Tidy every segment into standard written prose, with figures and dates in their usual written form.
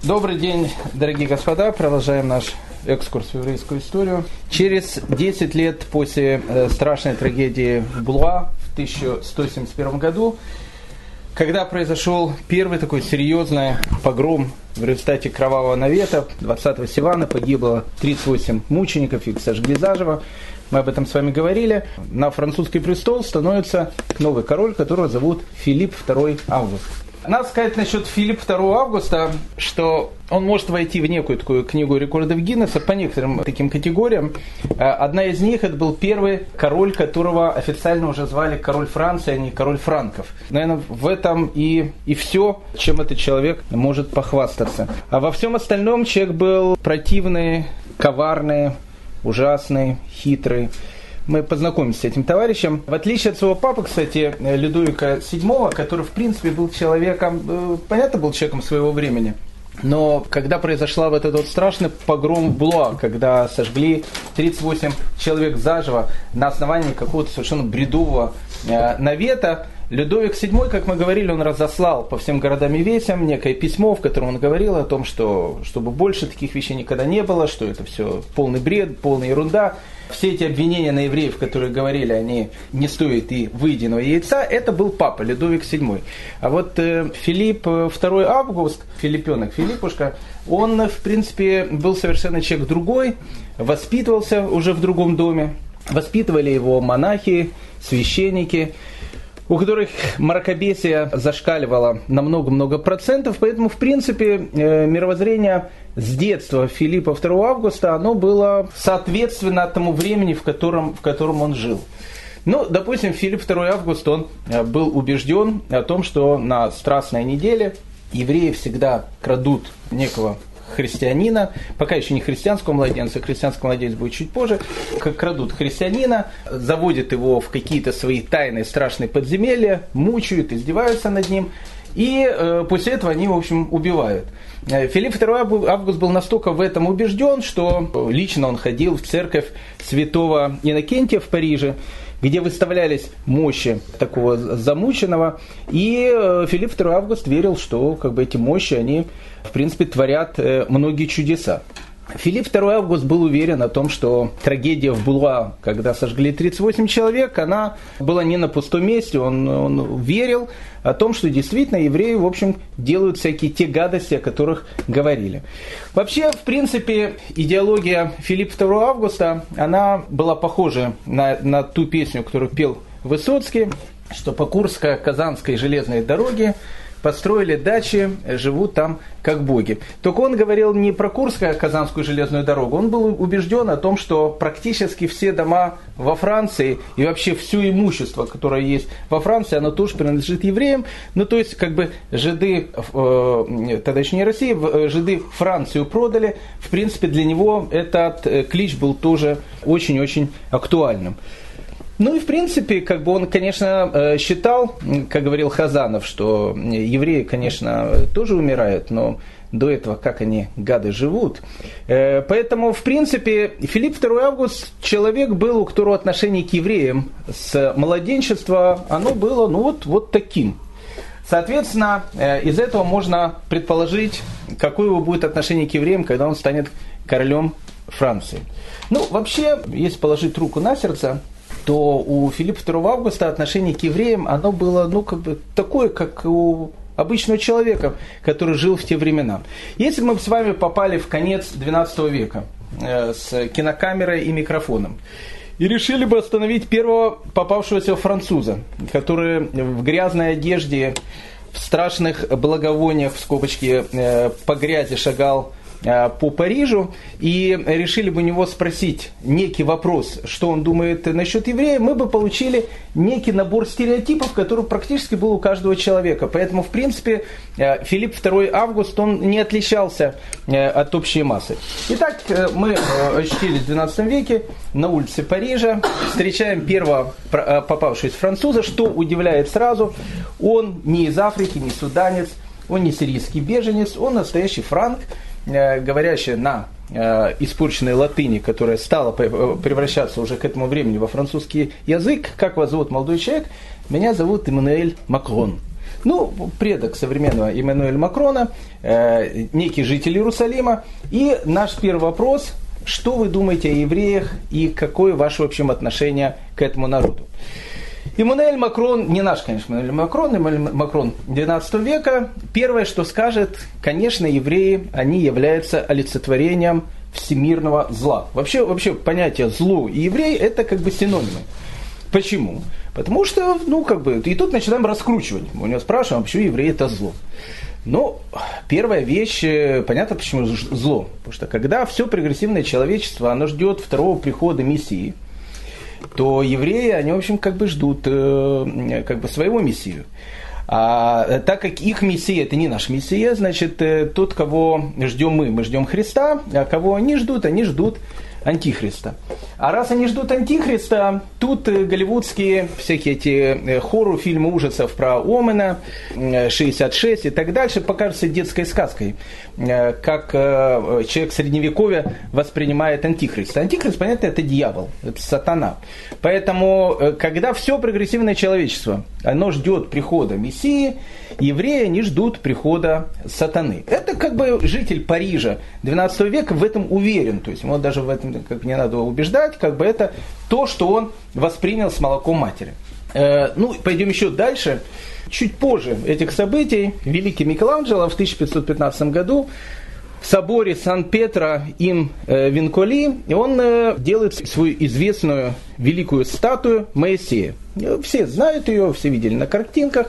Добрый день, дорогие господа. Продолжаем наш экскурс в еврейскую историю. Через 10 лет после страшной трагедии в Булуа в 1171 году, когда произошел первый такой серьезный погром в результате кровавого навета, 20-го Сивана погибло 38 мучеников, их сожгли заживо. Мы об этом с вами говорили. На французский престол становится новый король, которого зовут Филипп II Август. Надо сказать насчет Филиппа II Августа, что он может войти в некую такую книгу рекордов Гиннесса по некоторым таким категориям. Одна из них, это был первый король, которого официально уже звали король Франции, а не король франков. Наверное, в этом и все, чем этот человек может похвастаться. А во всем остальном человек был противный, коварный, ужасный, хитрый. Мы познакомимся с этим товарищем. В отличие от своего папы, кстати, Людовика VII, который, в принципе, был человеком, понятно, был человеком своего времени. Но когда произошла вот этот страшный погром в Булуа, когда сожгли 38 человек заживо на основании какого-то совершенно бредового навета, Людовик VII, как мы говорили, он разослал по всем городам и весям некое письмо, в котором он говорил о том, что чтобы больше таких вещей никогда не было, что это все полный бред, полная ерунда. Все эти обвинения на евреев, которые говорили, они не стоят и выеденного яйца, это был папа, Людовик VII. А вот Филипп II Август, Филиппенок, Филиппушка, он, в принципе, был совершенно человек другой, воспитывался уже в другом доме, воспитывали его монахи, священники, у которых мракобесие зашкаливало на много-много процентов, поэтому, в принципе, мировоззрение с детства Филиппа II Августа, оно было соответственно тому времени, в котором он жил. Ну, допустим, Филипп II Август, он был убежден о том, что на Страстной неделе евреи всегда крадут некого христианина, пока еще не христианского младенца, христианский младенец будет чуть позже, как крадут христианина, заводят его в какие-то свои тайные страшные подземелья, мучают, издеваются над ним, и после этого они, в общем, убивают. Филипп II Август был настолько в этом убежден, что лично он ходил в церковь святого Иннокентия в Париже, где выставлялись мощи такого замученного, и Филипп II Август верил, что эти мощи, они, в принципе, творят многие чудеса. Филипп II Август был уверен о том, что трагедия в Булуа, когда сожгли 38 человек, она была не на пустом месте. Он верил о том, что действительно евреи, в общем, делают всякие те гадости, о которых говорили. Вообще, в принципе, идеология Филиппа II Августа, она была похожа на ту песню, которую пел Высоцкий, что по Курско-Казанской железной дороге построили дачи, живут там как боги. Только он говорил не про Курско-Казанскую железную дорогу, он был убежден о том, что практически все дома во Франции и вообще все имущество, которое есть во Франции, оно тоже принадлежит евреям. Ну, то есть, жиды, тогда еще не Россия, жиды Францию продали. В принципе, для него этот клич был тоже очень-очень актуальным. Ну и в принципе, он, конечно, считал, как говорил Хазанов, что евреи, конечно, тоже умирают, но до этого как они, гады, живут. Поэтому, в принципе, Филипп II Август человек был, у которого отношение к евреям с младенчества, оно было вот таким. Соответственно, из этого можно предположить, какое его будет отношение к евреям, когда он станет королем Франции. Ну, вообще, если положить руку на сердце, то у Филиппа II Августа отношение к евреям, оно было, такое, как у обычного человека, который жил в те времена. Если бы мы с вами попали в конец XII века с кинокамерой и микрофоном, и решили бы остановить первого попавшегося француза, который в грязной одежде, в страшных благовониях, в скобочке, по грязи шагал по Парижу, и решили бы у него спросить некий вопрос, что он думает насчет евреев, мы бы получили некий набор стереотипов, который практически был у каждого человека. Поэтому, в принципе, Филипп II Август, он не отличался от общей массы. Итак, мы очутились в XII веке на улице Парижа, встречаем первого попавшегося француза, что удивляет сразу, он не из Африки, не суданец, он не сирийский беженец, он настоящий франк, говорящий на испорченной латыни, которая стала превращаться уже к этому времени во французский язык. Как вас зовут, молодой человек? Меня зовут Эммануэль Макрон. предок современного Эммануэля Макрона, некий житель Иерусалима. И наш первый вопрос: что вы думаете о евреях и какое ваше, в общем, отношение к этому народу? Эммануэль Макрон, не наш, конечно, Эммануэль Макрон 12 века, первое, что скажет: конечно, евреи, они являются олицетворением всемирного зла. Вообще понятие «зло» и «еврей» – это как бы синонимы. Почему? Потому что, и тут начинаем раскручивать. Мы у него спрашиваем, а почему евреи – это зло? Первая вещь, понятно, почему зло. Потому что когда все прогрессивное человечество, оно ждет второго прихода Мессии, то евреи, они, в общем, ждут своего Мессию. А так как их Мессия – это не наш Мессия, значит, тот, кого ждем мы ждем Христа, а кого они ждут Антихриста. А раз они ждут Антихриста, тут голливудские всякие эти хоррор-фильмы ужасов про Омена, 66 и так дальше покажутся детской сказкой, как человек Средневековья воспринимает Антихриста. Антихрист, понятно, это дьявол, это сатана. Поэтому, когда все прогрессивное человечество, оно ждет прихода Мессии, евреи, они ждут прихода сатаны. Это житель Парижа 12 века в этом уверен, то есть ему даже в этом не надо убеждать, это то, что он воспринял с молоком матери. Пойдем еще дальше. Чуть позже этих событий великий Микеланджело в 1515 году в соборе Сан-Петро ин Винколи он делает свою известную великую статую Моисея. Все знают ее, все видели на картинках.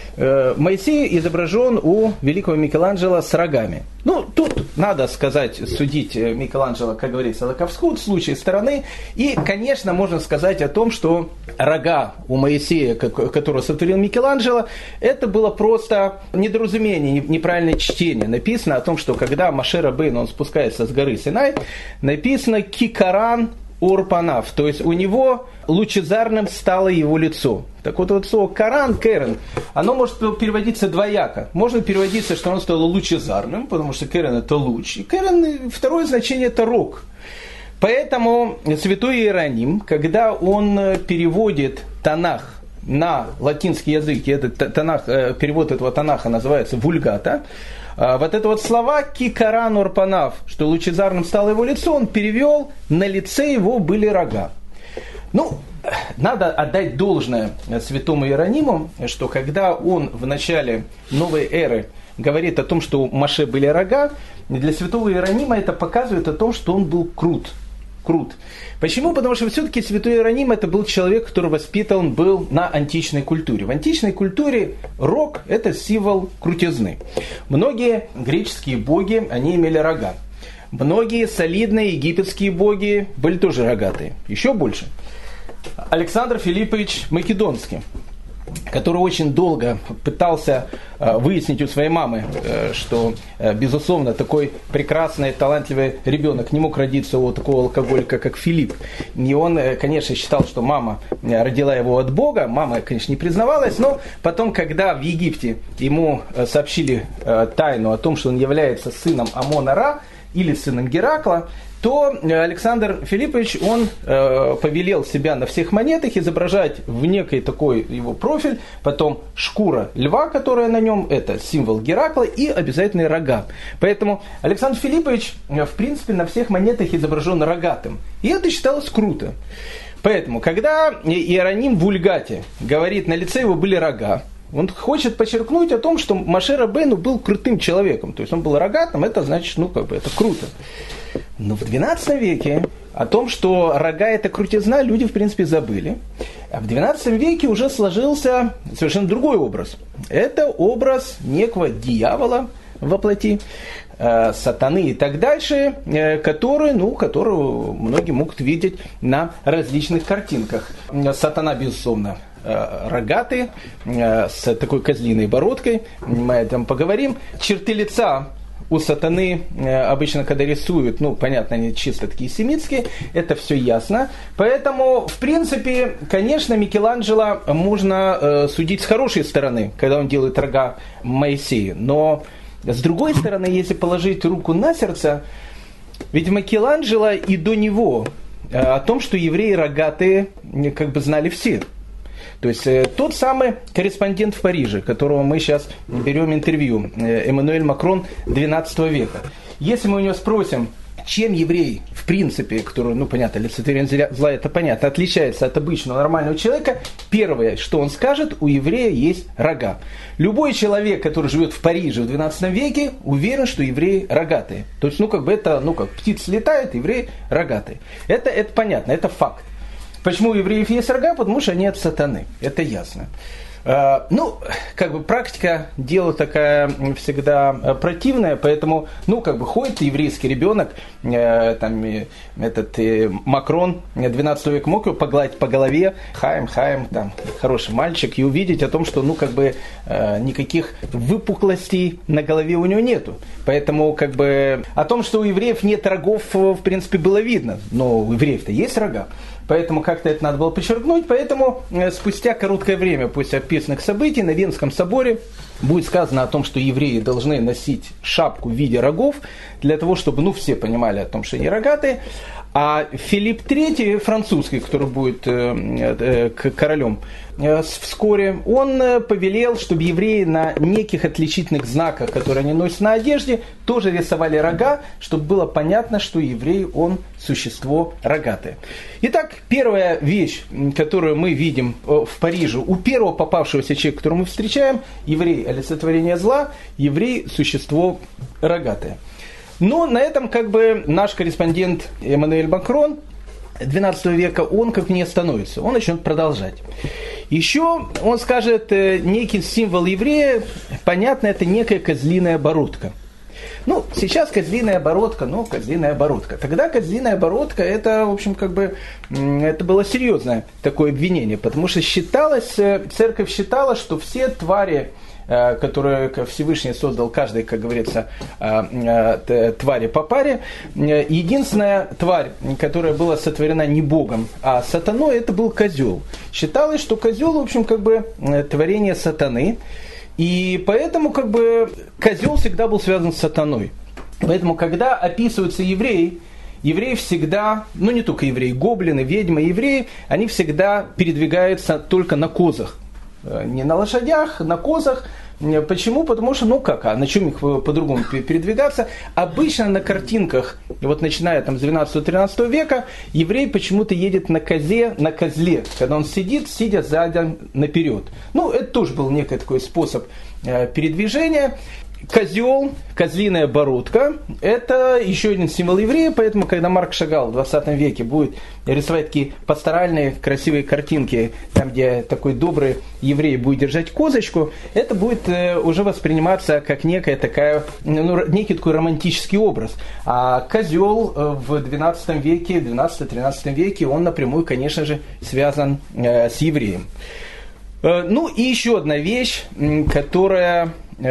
Моисей изображен у великого Микеланджело с рогами. Тут надо судить Микеланджело, как говорится, лаковскую, в случае стороны. И, конечно, можно сказать о том, что рога у Моисея, которого сотворил Микеланджело, это было просто недоразумение, неправильное чтение. Написано о том, что когда Моше Рабейну, он спускается с горы Синай, написано «кикаран орпанав», то есть у него лучезарным стало его лицо. Так вот слово «каран», «керен», оно может переводиться двояко. Можно переводиться, что оно стало лучезарным, потому что «керен» – это луч. И «керен» второе значение – это рог. Поэтому святой Иероним, когда он переводит Танах на латинский язык, и этот Танах, перевод этого Танаха называется «вульгата», вот это слова «кикаран орпанав», что лучезарным стало его лицо, он перевел: на лице его были рога. Надо отдать должное святому Иерониму, что когда он в начале новой эры говорит о том, что у Моше были рога, для святого Иеронима это показывает о том, что он был крут. Почему? Потому что все-таки святой Иероним это был человек, который воспитан был на античной культуре. В античной культуре рог – это символ крутизны. Многие греческие боги, они имели рога. Многие солидные египетские боги были тоже рогатые. Еще больше. Александр Филиппович Македонский, который очень долго пытался выяснить у своей мамы, что, безусловно, такой прекрасный, талантливый ребенок не мог родиться у такого алкоголика, как Филипп. И он, конечно, считал, что мама родила его от Бога. Мама, конечно, не признавалась, но потом, когда в Египте ему сообщили тайну о том, что он является сыном Амона-Ра или сыном Геракла, то Александр Филиппович, он повелел себя на всех монетах изображать в некий такой его профиль, потом шкура льва, которая на нем, это символ Геракла, и обязательные рога. Поэтому Александр Филиппович, в принципе, на всех монетах изображен рогатым. И это считалось круто. Поэтому, когда Иероним в Вульгате говорит, на лице его были рога, он хочет подчеркнуть о том, что Моше Рабейну был крутым человеком. То есть он был рогатым, это значит, это круто. Но в XII веке о том, что рога – это крутизна, люди, в принципе, забыли. А в XII веке уже сложился совершенно другой образ. Это образ некого дьявола во плоти, сатаны и так дальше, которого многие могут видеть на различных картинках. Сатана, безусловно, рогатый, с такой козлиной бородкой, мы о этом поговорим. Черты лица у сатаны обычно, когда рисуют, понятно, они чисто такие семитские, это все ясно. Поэтому, в принципе, конечно, Микеланджело можно судить с хорошей стороны, когда он делает рога Моисею. Но, с другой стороны, если положить руку на сердце, ведь Микеланджело и до него о том, что евреи рогатые, знали все. То есть тот самый корреспондент в Париже, которого мы сейчас берем интервью, Эммануэль Макрон XII века. Если мы у него спросим, чем еврей, в принципе, который, понятно, олицетворение зла, это понятно, отличается от обычного нормального человека, первое, что он скажет, у еврея есть рога. Любой человек, который живет в Париже в XII веке, уверен, что евреи рогатые. То есть, как птицы летают, евреи рогатые. Это понятно, это факт. Почему у евреев есть рога? Потому что они от сатаны. Это ясно. Практика дело такая всегда противная, поэтому, ходит еврейский ребенок, Макрон, 12 век мог его погладить по голове, Хаим, хороший мальчик, и увидеть о том, что, никаких выпуклостей на голове у него нету. Поэтому, о том, что у евреев нет рогов, в принципе, было видно, но у евреев-то есть рога. Поэтому как-то это надо было подчеркнуть. Поэтому спустя короткое время после описанных событий на Венском соборе будет сказано о том, что евреи должны носить шапку в виде рогов, для того, чтобы все понимали о том, что они рогатые. А Филипп III, французский, который будет королем вскоре, он повелел, чтобы евреи на неких отличительных знаках, которые они носят на одежде, тоже рисовали рога, чтобы было понятно, что еврей, он существо рогатое. Итак, первая вещь, которую мы видим в Париже у первого попавшегося человека, которого мы встречаем, еврей – олицетворение зла, еврей – существо рогатое. Но на этом наш корреспондент Эммануэль Макрон XII века, он не остановится, он начнет продолжать. Еще он скажет некий символ еврея, понятно, это некая козлиная бородка. Сейчас козлиная бородка, козлиная бородка. Тогда козлиная бородка, это, в общем, это было серьезное такое обвинение, потому что церковь считала, что все твари, которые Всевышний создал, каждый, как говорится, твари по паре. Единственная тварь, которая была сотворена не Богом, а сатаной, это был козел. Считалось, что козел, в общем, творение сатаны. И поэтому, козел всегда был связан с сатаной. Поэтому, когда описываются евреи всегда, не только евреи, гоблины, ведьмы, евреи, они всегда передвигаются только на козах. Не на лошадях, на козах. Почему? Потому что, на чем их по-другому передвигаться? Обычно на картинках, начиная с 12-13 века, еврей почему-то едет на козле, когда он сидит, сидя задом наперед. Это тоже был некий такой способ передвижения. Козел, козлиная бородка, это еще один символ еврея, поэтому, когда Марк Шагал в 20 веке будет рисовать такие пасторальные, красивые картинки, там, где такой добрый еврей будет держать козочку, это будет уже восприниматься как некая такая, некий такой романтический образ. А козел в 12 веке, 12-13 веке, он напрямую, конечно же, связан с евреем. И еще одна вещь, которая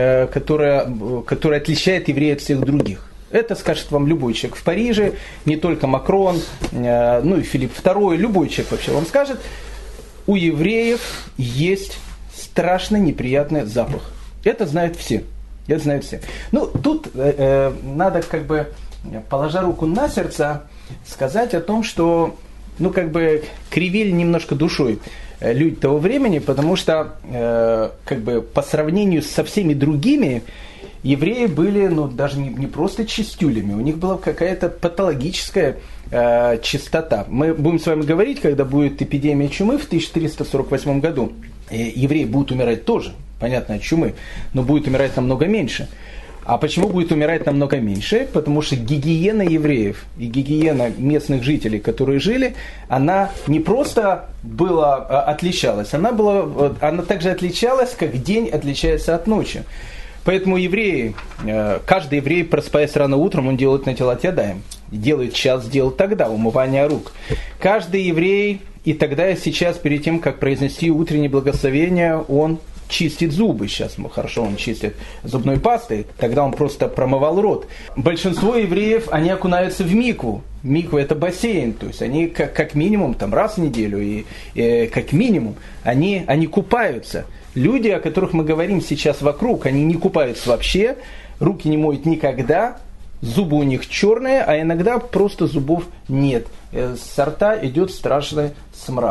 отличает еврея от всех других. Это скажет вам любой человек в Париже, не только Макрон, и Филипп II, любой человек вообще вам скажет, у евреев есть страшно неприятный запах. Это знают все. Тут надо, положа руку на сердце, сказать о том, что, кривили немножко душой люди того времени, потому что по сравнению со всеми другими евреи были даже не просто чистюлями, у них была какая-то патологическая чистота. Мы будем с вами говорить, когда будет эпидемия чумы в 1348 году. Евреи будут умирать тоже, понятно, от чумы, но будут умирать намного меньше. А почему будет умирать намного меньше? Потому что гигиена евреев и гигиена местных жителей, которые жили, она не просто отличалась, она также отличалась, как день отличается от ночи. Поэтому каждый еврей, просыпаясь рано утром, он делает натилат ядаим. Делает час, делает тогда, умывание рук. Каждый еврей, и тогда и сейчас, перед тем, как произнести утреннее благословение, он чистит зубы. Сейчас хорошо, он чистит зубной пастой, тогда он просто промывал рот. Большинство евреев, они окунаются в микву. Миква – это бассейн, то есть они как минимум раз в неделю, и как минимум они купаются. Люди, о которых мы говорим сейчас вокруг, они не купаются вообще, руки не моют никогда, зубы у них черные, а иногда просто зубов нет. С рта идет страшный смрад.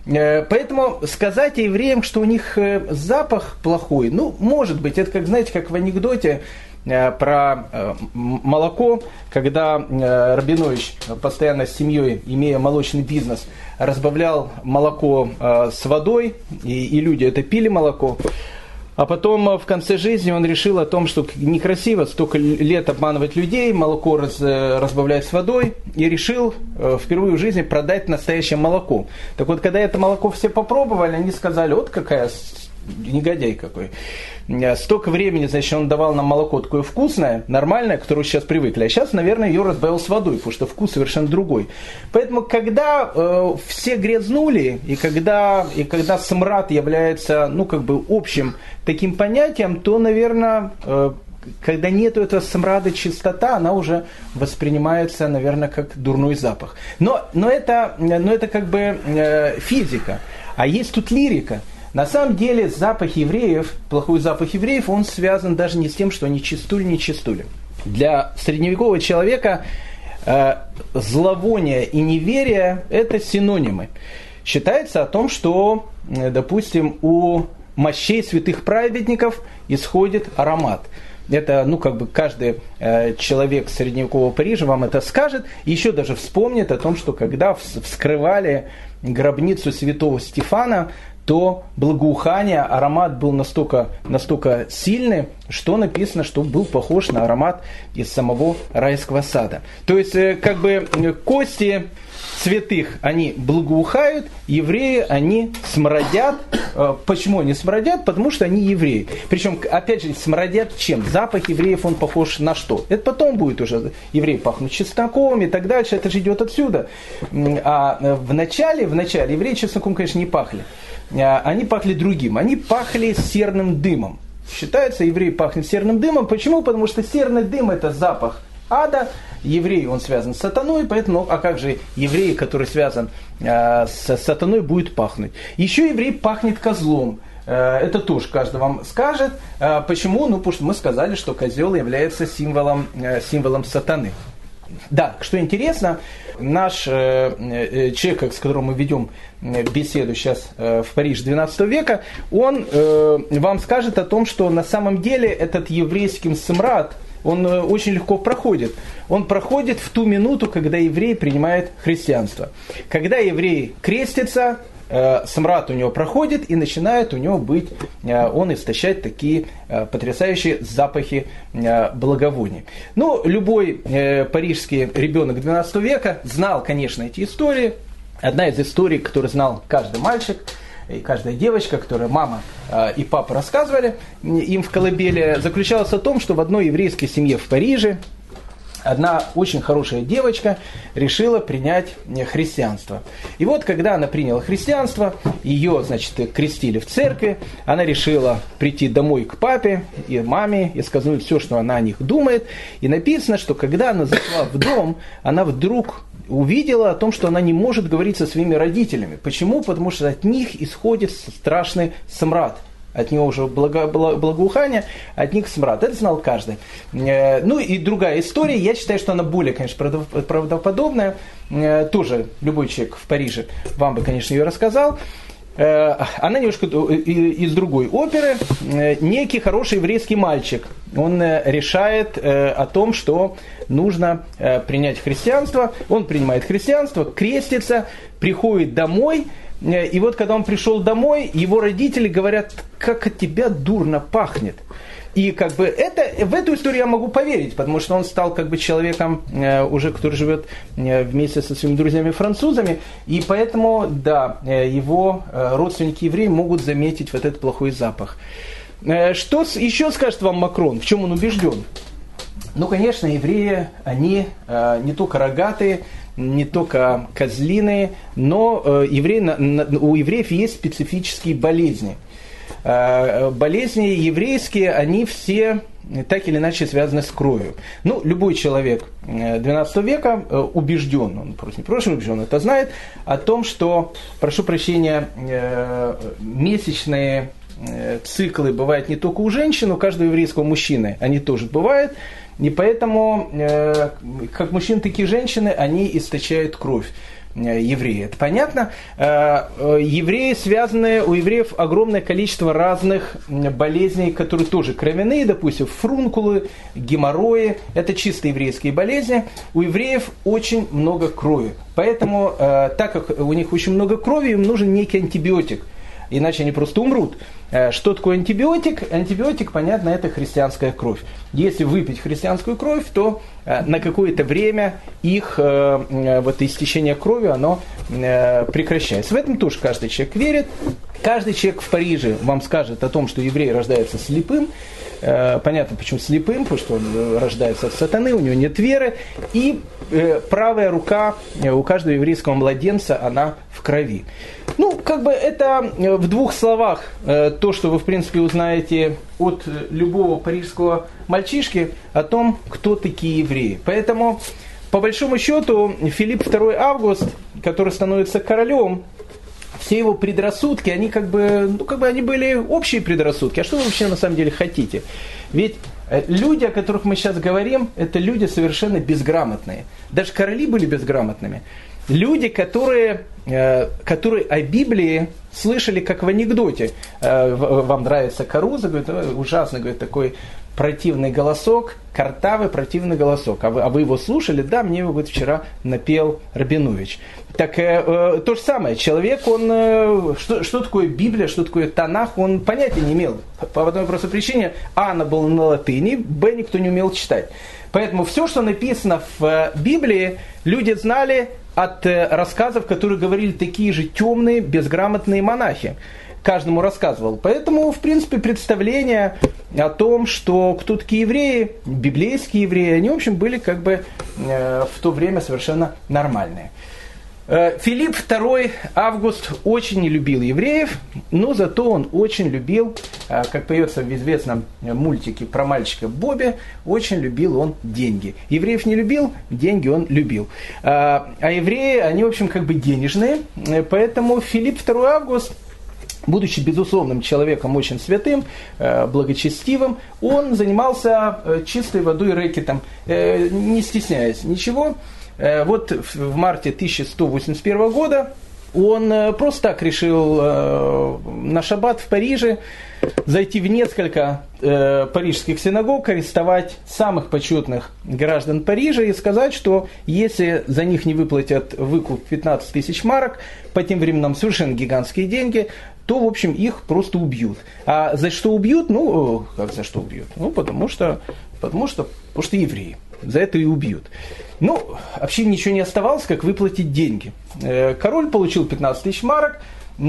Поэтому сказать евреям, что у них запах плохой, ну, может быть, это как, знаете, как в анекдоте про молоко, когда Рабинович постоянно с семьей, имея молочный бизнес, разбавлял молоко с водой, и люди это пили молоко. А потом в конце жизни он решил о том, что некрасиво столько лет обманывать людей, молоко разбавлять с водой, и решил впервые в жизни продать настоящее молоко. Так вот, когда это молоко все попробовали, они сказали, вот какая негодяй какой. Столько времени, значит, он давал нам молоко такое вкусное, нормальное, к которому сейчас привыкли. А сейчас, наверное, ее разбавил с водой, потому что вкус совершенно другой. Поэтому, когда все грязнули, и когда смрад является, ну, как бы общим таким понятием, то, наверное, когда нет этого смрада, чистота, она уже воспринимается, наверное, как дурной запах. Но это как бы физика. А есть тут лирика. На самом деле запах евреев, плохой запах евреев, он связан даже не с тем, что они чистули, не чистули. Для средневекового человека зловоние и неверие – это синонимы. Считается о том, что, допустим, у мощей святых праведников исходит аромат. Это, ну, как бы каждый человек средневекового Парижа вам это скажет. Еще даже вспомнит о том, что когда вскрывали гробницу святого Стефана, то благоухание, аромат был настолько сильный, что написано, что был похож на аромат из самого райского сада. То есть, как бы кости святых, они благоухают, евреи, они смрадят. Почему они смрадят? Потому что они евреи. Причем, опять же, смрадят чем? Запах евреев, он похож на что? Это потом будет уже, евреи пахнут чесноком и так дальше, это же идет отсюда. А в начале евреи чесноком, конечно, не пахли. Они пахли другим, они пахли серным дымом. Считается, еврей пахнет серным дымом. Почему? Потому что серный дым – это запах ада. Еврей, он связан с сатаной, поэтому, а как же еврей, который связан с сатаной, будет пахнуть? Еще еврей пахнет козлом. Это тоже каждый вам скажет. Почему? Ну, потому что мы сказали, что козел является символом сатаны. Да, что интересно, наш человек, с которым мы ведем беседу сейчас в Париже 12 века, он вам скажет о том, что на самом деле этот еврейский смрад, он очень легко проходит. Он проходит в ту минуту, когда еврей принимает христианство. Когда еврей крестится, смрад у него проходит и начинает у него быть, он истощать такие потрясающие запахи благовоний. Ну, любой парижский ребенок 12 века знал, конечно, эти истории. Одна из историй, которую знал каждый мальчик и каждая девочка, которую мама и папа рассказывали им в колыбели, заключалась в том, что в одной еврейской семье в Париже одна очень хорошая девочка решила принять христианство. И вот, когда она приняла христианство, ее, значит, крестили в церкви, она решила прийти домой к папе и маме и сказать все, что она о них думает. И написано, что когда она зашла в дом, она вдруг увидела о том, что она не может говорить со своими родителями. Почему? Потому что от них исходит страшный смрад. От него уже благоухание, от них смрад. Это знал каждый. Ну и другая история, я считаю, что она более, конечно, правдоподобная. Тоже любой человек в Париже вам бы, конечно, ее рассказал. Она немножко из другой оперы. Некий хороший еврейский мальчик, он решает о том, что нужно принять христианство. Он принимает христианство, крестится, приходит домой. И вот когда он пришел домой, его родители говорят, как от тебя дурно пахнет. И как бы в эту историю я могу поверить, потому что он стал как бы человеком, уже который живет вместе со своими друзьями-французами, и поэтому, да, его родственники евреи могут заметить вот этот плохой запах. Что еще скажет вам Макрон, в чем он убежден? Ну, конечно, евреи, они не только рогатые, не только козлиные, но у евреев есть специфические болезни. Болезни еврейские, они все так или иначе связаны с кровью. Ну, любой человек 12 века убежден, он просто не просто убежден, это знает, о том, что, прошу прощения, месячные циклы бывают не только у женщин, у каждого еврейского мужчины они тоже бывают. И поэтому, как мужчины, так и женщины, они источают кровь. евреи. Это понятно. Евреи связаны, у евреев огромное количество разных болезней, которые тоже кровяные, допустим, фурункулы, геморрои. Это чисто еврейские болезни. У евреев очень много крови. Поэтому, так как у них очень много крови, им нужен некий антибиотик. Иначе они просто умрут. Что такое антибиотик? Антибиотик, понятно, это христианская кровь. Если выпить христианскую кровь, то на какое-то время их вот, истечение крови, оно прекращается. В этом тоже каждый человек верит. Каждый человек в Париже вам скажет о том, что еврей рождается слепым. Понятно, почему слепым, потому что он рождается от сатаны, у него нет веры. И правая рука у каждого еврейского младенца, она в крови. Ну, как бы это в двух словах то, что вы, в принципе, узнаете от любого парижского мальчишки о том, кто такие евреи. Поэтому, по большому счету, Филипп II Август, который становится королем, все его предрассудки, они они были общие предрассудки. А что вы вообще на самом деле хотите? Ведь люди, о которых мы сейчас говорим, это люди совершенно безграмотные. Даже короли были безграмотными. Люди, которые о Библии слышали как в анекдоте. Вам нравится Каруза? Говорит, ужасно, говорит, такой противный голосок, картавый противный голосок. А вы его слушали? Да, мне его вот вчера напел Рабинович. Так то же самое. Человек, он что такое Библия, что такое Танах, он понятия не имел. По одной простой причине. А, она была на латыни, Б, никто не умел читать. Поэтому все, что написано в Библии, люди знали от рассказов, которые говорили такие же темные, безграмотные монахи. Каждому рассказывал. Поэтому, в принципе, представление о том, что кто такие евреи, библейские евреи, они, в общем, были как бы в то время совершенно нормальные. Филипп II Август очень не любил евреев, но зато он очень любил, как поется в известном мультике про мальчика Бобби, очень любил он деньги. Евреев не любил, деньги он любил. А евреи, они, в общем, как бы денежные, поэтому Филипп II Август, будучи безусловным человеком очень святым, благочестивым, он занимался чистой водой рэкетом, не стесняясь ничего. Вот в марте 1181 года он просто так решил на шаббат в Париже зайти в несколько парижских синагог, арестовать самых почетных граждан Парижа и сказать, что если за них не выплатят выкуп 15 тысяч марок, по тем временам совершенно гигантские деньги, то, в общем, их просто убьют. А за что убьют? Ну, как за что убьют? Ну, потому что евреи. За это и убьют. Ну, вообще ничего не оставалось, как выплатить деньги. Король получил 15 тысяч марок,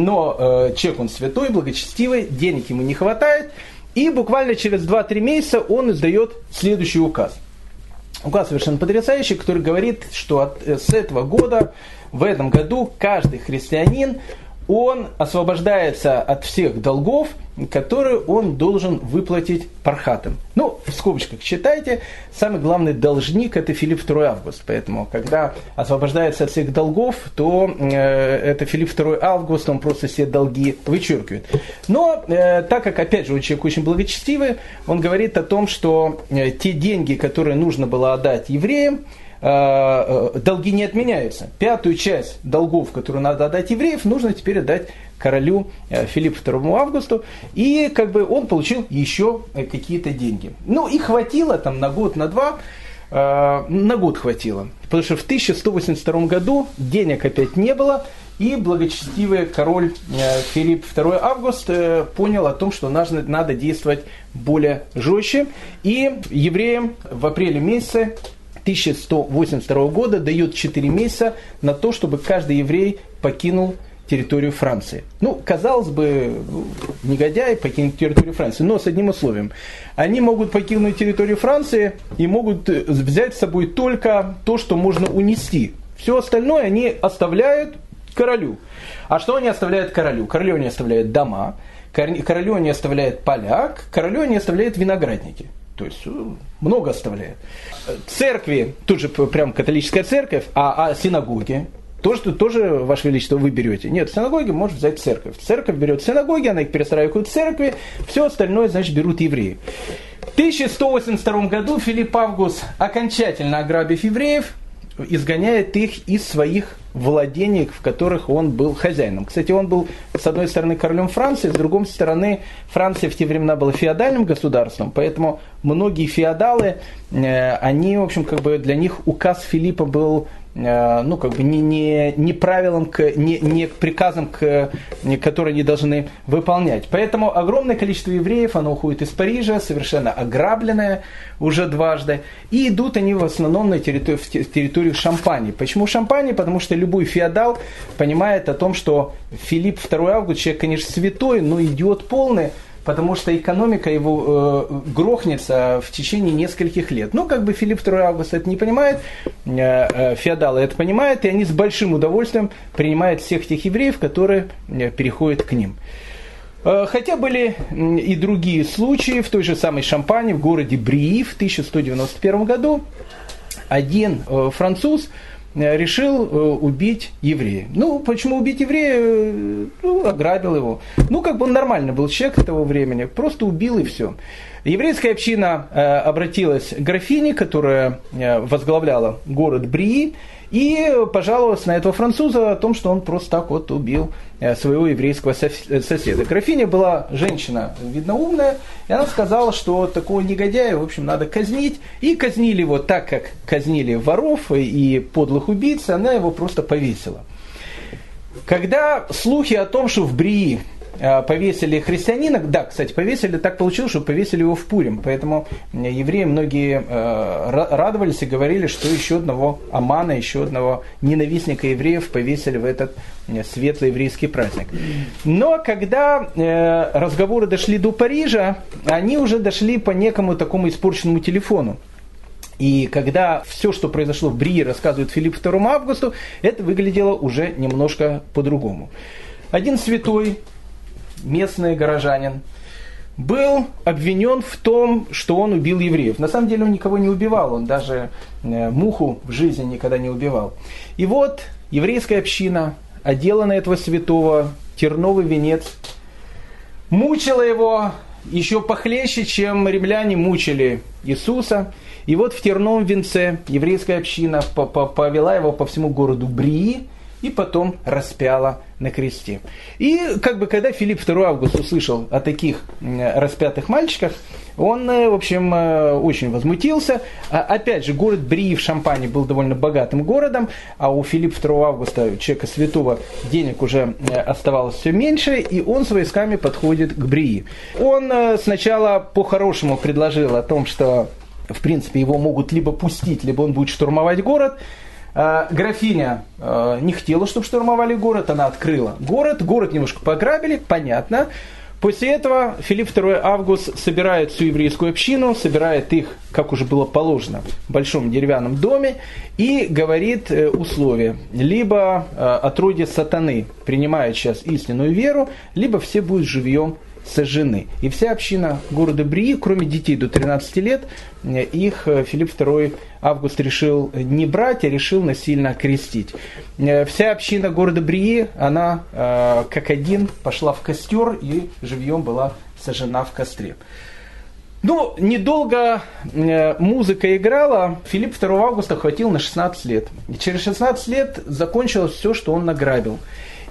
но человек он святой, благочестивый, денег ему не хватает. И буквально через 2-3 месяца он издает следующий указ. Указ совершенно потрясающий, который говорит, что с этого года, в этом году, каждый христианин, он освобождается от всех долгов, которые он должен выплатить пархатам. Ну, в скобочках читайте, самый главный должник – это Филипп II Август. Поэтому, когда освобождается от всех долгов, то это Филипп II Август, он просто все долги вычеркивает. Но, так как, опять же, человек очень благочестивый, он говорит о том, что те деньги, которые нужно было отдать евреям, долги не отменяются. 5-ю часть долгов, которую надо отдать евреев, нужно теперь отдать королю Филиппу II Августу. И как бы он получил еще какие-то деньги. Ну и хватило там на год, на два. На год хватило. Потому что в 1182 году денег опять не было. И благочестивый король Филипп II Август понял о том, что надо действовать более жестче. И евреям в апреле месяце 1182 года дает 4 месяца на то, чтобы каждый еврей покинул территорию Франции. Ну, казалось бы, негодяй покинуть территорию Франции, но с одним условием. Они могут покинуть территорию Франции и могут взять с собой только то, что можно унести. Все остальное они оставляют королю. А что они оставляют королю? Королю они оставляют дома, королю они оставляют поля, королю они оставляют виноградники. То есть много оставляет. Церкви, тут же прям католическая церковь, а синагоги, тоже, Ваше Величество, вы берете. Нет, синагоги может взять церковь. Церковь берет синагоги, она их перестраивает в церкви, все остальное, значит, берут евреи. В 1182 году Филипп Август, окончательно ограбив евреев, изгоняет их из своих владений, в которых он был хозяином. Кстати, он был, с одной стороны, королем Франции, с другой стороны, Франция в те времена была феодальным государством, поэтому многие феодалы, они, в общем, как бы для них указ Филиппа был не правилам, не приказам, которые они должны выполнять. Поэтому огромное количество евреев, оно уходит из Парижа, совершенно ограбленное уже дважды, и идут они в основном на территорию Шампании. Почему Шампании? Потому что любой феодал понимает о том, что Филипп II Август, человек, конечно, святой, но идиот полный, потому что экономика его грохнется в течение нескольких лет. Филипп II Август это не понимает, феодалы это понимают, и они с большим удовольствием принимают всех тех евреев, которые переходят к ним. Хотя были и другие случаи. В той же самой Шампании, в городе Брии в 1191 году, один француз решил убить еврея. Почему убить еврея? Ограбил его. Он нормальный был человек того времени, просто убил и все. Еврейская община обратилась к графине, которая возглавляла город Брии, и пожаловалась на этого француза о том, что он просто так вот убил своего еврейского соседа. Графиня была женщина, видно, умная, и она сказала, что такого негодяя, в общем, надо казнить. И казнили его так, как казнили воров и подлых убийц, она его просто повесила. Когда слухи о том, что в Брии повесили христианина, да, кстати, повесили, так получилось, что повесили его в Пурим, поэтому евреи многие радовались и говорили, что еще одного Амана, еще одного ненавистника евреев повесили в этот светлый еврейский праздник. Но когда разговоры дошли до Парижа, они уже дошли по некому такому испорченному телефону. И когда все, что произошло в Брии, рассказывает Филиппу II Августу, это выглядело уже немножко по-другому. Один святой, местный горожанин, был обвинен в том, что он убил евреев. На самом деле он никого не убивал, он даже муху в жизни никогда не убивал. И вот еврейская община одела на этого святого терновый венец, мучила его еще похлеще, чем римляне мучили Иисуса. И вот в терновом венце еврейская община повела его по всему городу Брии и потом распяла на кресте. И когда Филипп II Август услышал о таких распятых мальчиках, он, в общем, очень возмутился. Опять же, город Брии в Шампании был довольно богатым городом, а у Филиппа II Августа, человека святого, денег уже оставалось все меньше, и он с войсками подходит к Брии. Он сначала по-хорошему предложил о том, что, в принципе, его могут либо пустить, либо он будет штурмовать город. Графиня не хотела, чтобы штурмовали город, она открыла город немножко пограбили, понятно. После этого Филипп II Август собирает всю еврейскую общину, собирает их, как уже было положено, в большом деревянном доме и говорит условия. Либо отродье сатаны принимает сейчас истинную веру, либо все будут живьем сожжены. И вся община города Брии, кроме детей до 13 лет, их Филипп II Август решил не брать, а решил насильно крестить. Вся община города Брии, она как один пошла в костер и живьем была сожжена в костре. Недолго музыка играла, Филипп II Августа хватило на 16 лет. И через 16 лет закончилось все, что он награбил.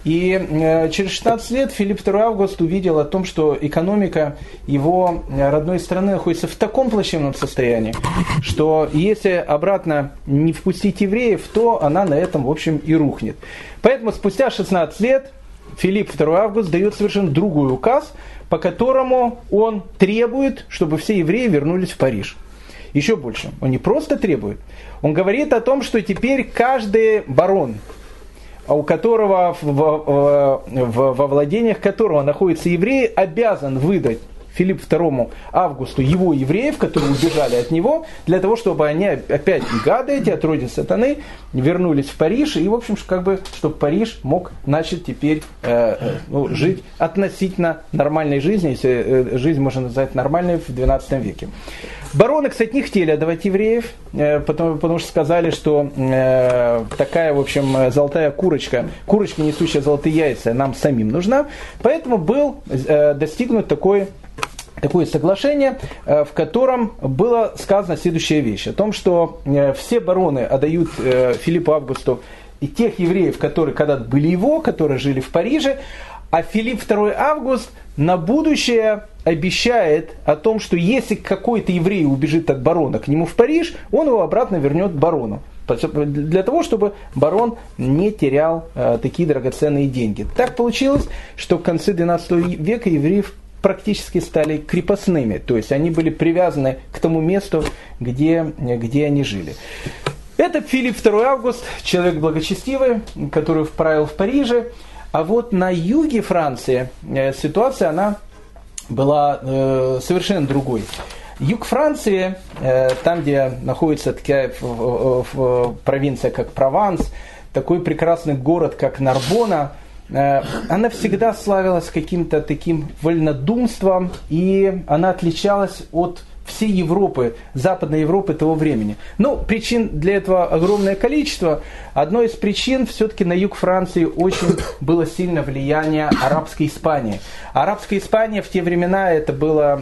И через 16 лет Филипп II Август увидел о том, что экономика его родной страны находится в таком плачевном состоянии, что если обратно не впустить евреев, то она на этом, в общем, и рухнет. Поэтому спустя 16 лет Филипп II Август дает совершенно другой указ, по которому он требует, чтобы все евреи вернулись в Париж. Еще больше. Он не просто требует. Он говорит о том, что теперь каждый барон, у которого во владениях которого находятся евреи, обязан выдать Филиппу II Августу его евреев, которые убежали от него, для того, чтобы они опять гады эти, отродья сатаны, вернулись в Париж, и, в общем, чтобы Париж мог начать теперь жить относительно нормальной жизнью, если жизнь можно назвать нормальной в XII веке. Бароны, кстати, не хотели отдавать евреев, потому что сказали, что такая, в общем, золотая курочка, несущая золотые яйца, нам самим нужна. Поэтому был достигнут такое соглашение, в котором было сказано следующая вещь, о том, что все бароны отдают Филиппу Августу и тех евреев, которые когда-то были его, которые жили в Париже, а Филипп II Август на будущее обещает о том, что если какой-то еврей убежит от барона к нему в Париж, он его обратно вернет барону. Для того, чтобы барон не терял такие драгоценные деньги. Так получилось, что в конце XII века евреев практически стали крепостными. То есть они были привязаны к тому месту, где они жили. Это Филипп II Август, человек благочестивый, который правил в Париже. А вот на юге Франции ситуация, она была совершенно другой. Юг Франции, там, где находится такая провинция, как Прованс, такой прекрасный город, как Нарбона, она всегда славилась каким-то таким вольнодумством, и она отличалась от всей Европы, Западной Европы того времени. Ну, причин для этого огромное количество. Одной из причин все-таки на юг Франции очень было сильное влияние арабской Испании. Арабская Испания в те времена это было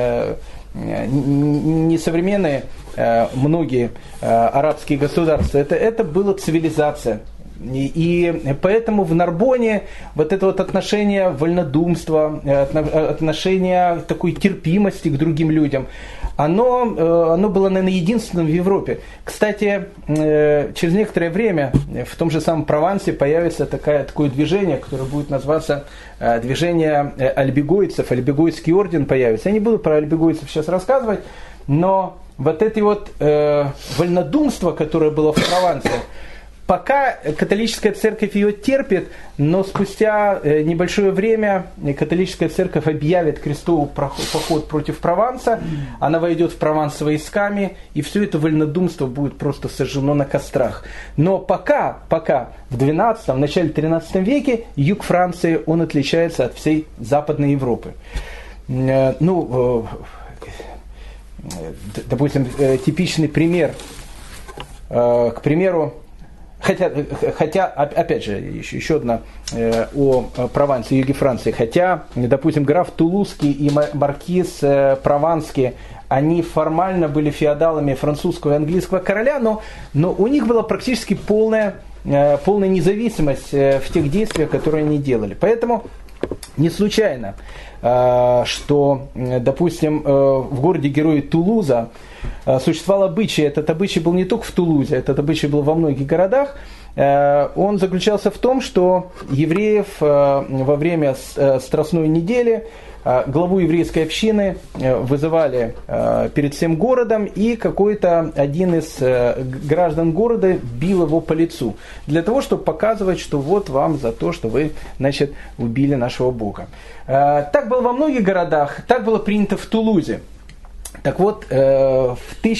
не современные многие арабские государства, это была цивилизация. И поэтому в Нарбоне вот это вот отношение вольнодумства, отношение такой терпимости к другим людям, оно было, наверное, единственным в Европе. Кстати, через некоторое время в том же самом Провансе появится такое движение, которое будет называться движение альбегойцев, альбегойский орден появится. Я не буду про альбегойцев сейчас рассказывать, но вот это вот вольнодумство, которое было в Провансе, пока католическая церковь ее терпит, но спустя небольшое время католическая церковь объявит крестовый поход против Прованса, она войдет в Прованс с войсками, и все это вольнодумство будет просто сожжено на кострах. Но пока в XII, в начале XIII веке юг Франции, он отличается от всей Западной Европы. Ну, допустим, типичный пример, к примеру, Хотя, опять же, еще одна о Провансе, юге Франции. Хотя, допустим, граф Тулузский и маркиз Прованский, они формально были феодалами французского и английского короля, но у них была практически полная независимость в тех действиях, которые они делали. Поэтому не случайно, что, допустим, в городе-герое Тулуза существовал обычай, этот обычай был не только в Тулузе, этот обычай был во многих городах. Он заключался в том, что евреев во время Страстной недели главу еврейской общины вызывали перед всем городом, и какой-то один из граждан города бил его по лицу, для того, чтобы показывать, что вот вам за то, что вы, значит, убили нашего Бога. Так было во многих городах, так было принято в Тулузе. Так вот, в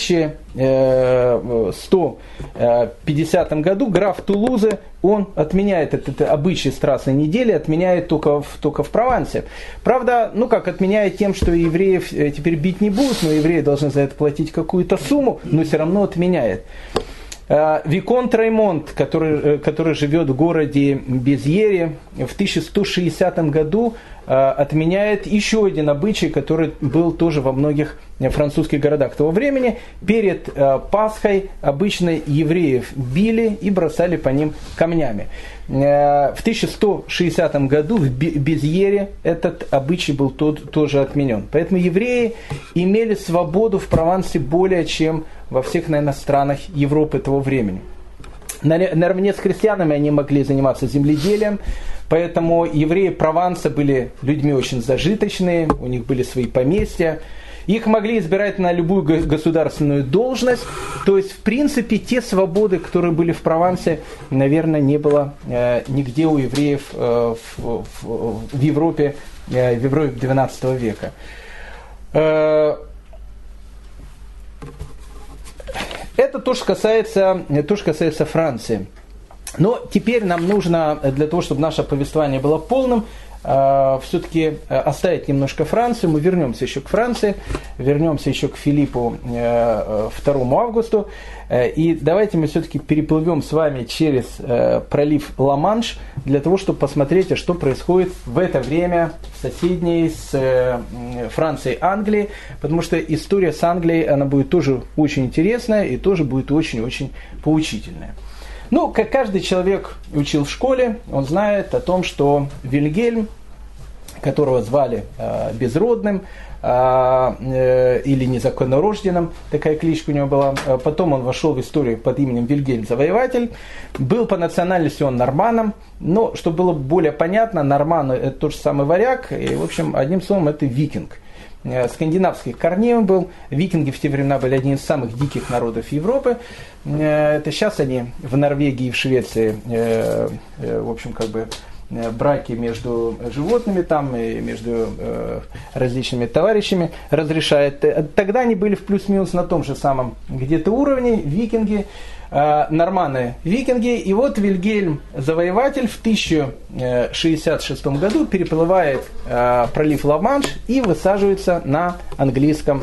1150 году граф Тулузы, он отменяет этот обычай Страстной недели, отменяет только в Провансе. Правда, отменяет тем, что евреев теперь бить не будут, но евреи должны за это платить какую-то сумму, но все равно отменяет. Виконт Раймонд, который живет в городе Безьере, в 1160 году отменяет еще один обычай, который был тоже во многих французских городах того времени. Перед Пасхой обычно евреев били и бросали по ним камнями. В 1160 году в Безьере этот обычай был тоже отменен. Поэтому евреи имели свободу в Провансе более чем во всех, наверное, странах Европы того времени. Наравне с христианами они могли заниматься земледелием, поэтому евреи Прованса были людьми очень зажиточные, у них были свои поместья. Их могли избирать на любую государственную должность. То есть, в принципе, те свободы, которые были в Провансе, наверное, не было нигде у евреев в Европе XII века. Это то, что касается Франции. Но теперь нам нужно, для того, чтобы наше повествование было полным, все-таки оставить немножко Францию. Мы вернемся еще к Франции, вернемся еще к Филиппу II Августу. И давайте мы все-таки переплывем с вами через пролив Ла-Манш, для того, чтобы посмотреть, что происходит в это время в соседней с Францией Англии, потому что история с Англией, она будет тоже очень интересная и тоже будет очень-очень поучительная. Ну, как каждый человек учил в школе, он знает о том, что Вильгельм, которого звали Безродным, или незаконнорожденным, такая кличка у него была. Потом он вошел в историю под именем Вильгельм Завоеватель. Был по национальности он норманом, но, чтобы было более понятно, норман – это тот же самый варяг, и, в общем, одним словом, это викинг. Скандинавских корней он был. Викинги в те времена были одним из самых диких народов Европы. Это сейчас они в Норвегии и в Швеции, в общем, как бы браки между животными там и между различными товарищами разрешает. Тогда они были в плюс-минус на том же самом где-то уровне, викинги, норманы, викинги. И вот Вильгельм Завоеватель в 1066 году переплывает пролив Ла-Манш и высаживается на английском,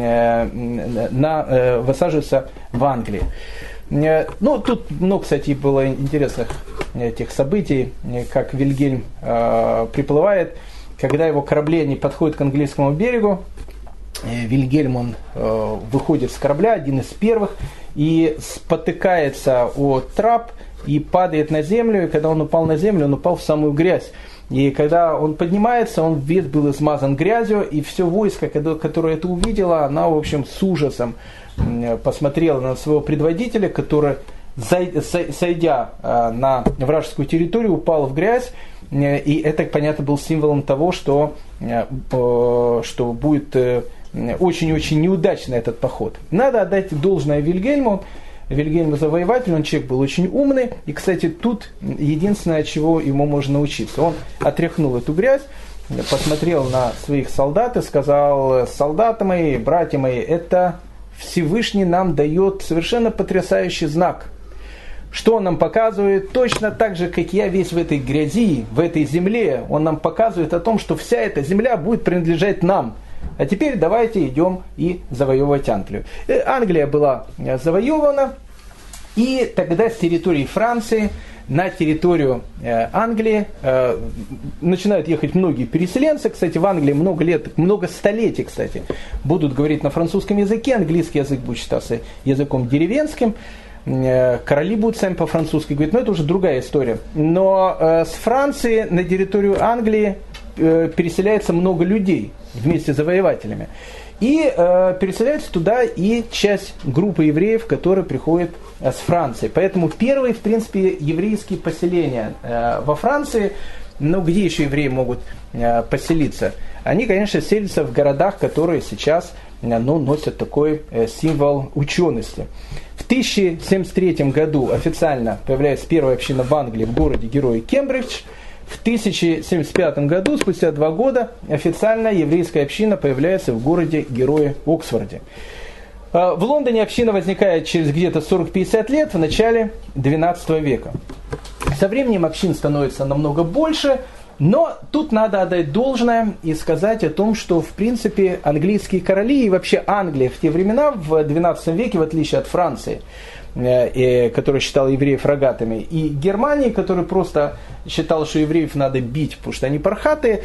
высаживается в Англии. Ну, тут много, кстати, было интересных этих событий, как Вильгельм приплывает, когда его корабли не подходят к английскому берегу. Вильгельм, он выходит с корабля, один из первых, и спотыкается о трап и падает на землю. И когда он упал на землю, он упал в самую грязь. И когда он поднимается, он весь был измазан грязью, и все войско, которое это увидело, оно, в общем, с ужасом посмотрела на своего предводителя, который, сойдя на вражескую территорию, упал в грязь. И это, понятно, был символом того, что будет очень-очень неудачный этот поход. Надо отдать должное Вильгельму. Вильгельм Завоеватель, он человек был очень умный. И, кстати, тут единственное, чего ему можно научиться. Он отряхнул эту грязь, посмотрел на своих солдат и сказал: солдаты мои, братья мои, это Всевышний нам дает совершенно потрясающий знак. Что он нам показывает? Точно так же, как я весь в этой грязи, в этой земле, он нам показывает о том, что вся эта земля будет принадлежать нам. А теперь давайте идем и завоевывать Англию. Англия была завоевана, и тогда с территории Франции на территорию Англии начинают ехать многие переселенцы. Кстати, в Англии много лет, много столетий, кстати, будут говорить на французском языке. Английский язык будет считаться языком деревенским. Короли будут сами по-французски говорить, но это уже другая история. Но с Франции на территорию Англии переселяется много людей вместе с завоевателями. И переселяется туда и часть группы евреев, которые приходят с Франции. Поэтому первые, в принципе, еврейские поселения во Франции, но где еще евреи могут поселиться? Они, конечно, селятся в городах, которые сейчас носят такой символ учености. В 1073 году официально появляется первая община в Англии в городе-герое Кембридж. В 1075 году, спустя 2 года, официально еврейская община появляется в городе-герое Оксфорде. В Лондоне община возникает через где-то 40-50 лет, в начале XII века. Со временем общин становится намного больше, но тут надо отдать должное и сказать о том, что, в принципе, английские короли и вообще Англия в те времена, в XII веке, в отличие от Франции, который считал евреев рогатыми, и Германии, который просто считал, что евреев надо бить, потому что они пархатые,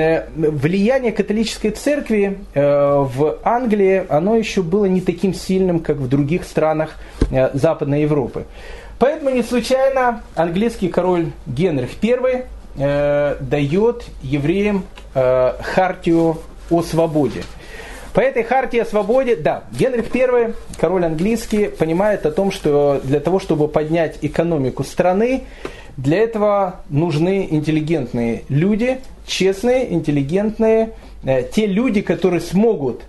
влияние католической церкви в Англии, оно еще было не таким сильным, как в других странах Западной Европы. Поэтому не случайно английский король Генрих I дает евреям хартию о свободе. По этой хартии о свободе, да, Генрих I, король английский, понимает о том, что для того, чтобы поднять экономику страны, для этого нужны интеллигентные люди, честные, интеллигентные, те люди, которые смогут,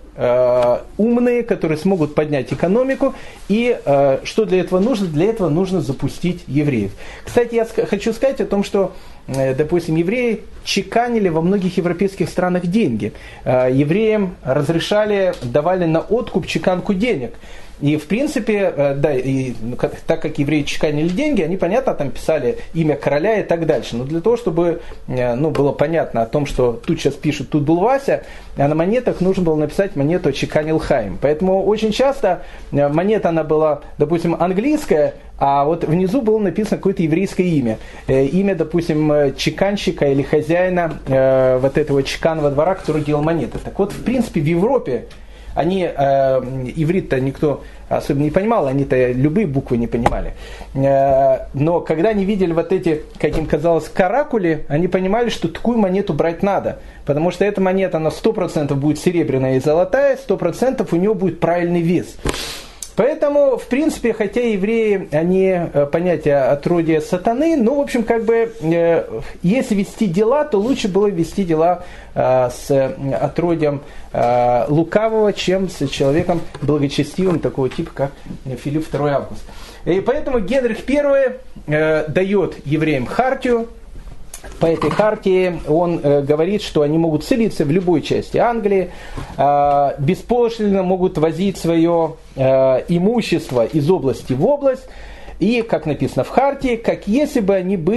умные, которые смогут поднять экономику. И что для этого нужно? Для этого нужно запустить евреев. Кстати, я хочу сказать о том, что, допустим, евреи чеканили во многих европейских странах деньги. Евреям разрешали, давали на откуп чеканку денег. И, в принципе, да, и, так как евреи чеканили деньги, они, понятно, там писали имя короля и так дальше. Но для того, чтобы было понятно о том, что тут сейчас пишут, тут был Вася, а на монетах нужно было написать монету «Чеканил Хаим». Поэтому очень часто монета, она была, допустим, английская, а вот внизу было написано какое-то еврейское имя. Имя, допустим, чеканщика или хозяина вот этого чеканного двора, который делал монеты. Так вот, в принципе, в Европе они, иврит-то никто особенно не понимал, они-то любые буквы не понимали. Но когда они видели вот эти, как им казалось, каракули, они понимали, что такую монету брать надо. Потому что эта монета, она 100% будет серебряная и золотая, 100% у нее будет правильный вес. Поэтому, в принципе, хотя евреи, они понятие отродья сатаны, ну, в общем, как бы, если вести дела, то лучше было вести дела с отродьем лукавого, чем с человеком благочестивым, такого типа, как Филипп II Август. И поэтому Генрих I дает евреям хартию. По этой хартии он говорит, что они могут селиться в любой части Англии, беспошлинно могут возить свое имущество из области в область, и, как написано в хартии, как если бы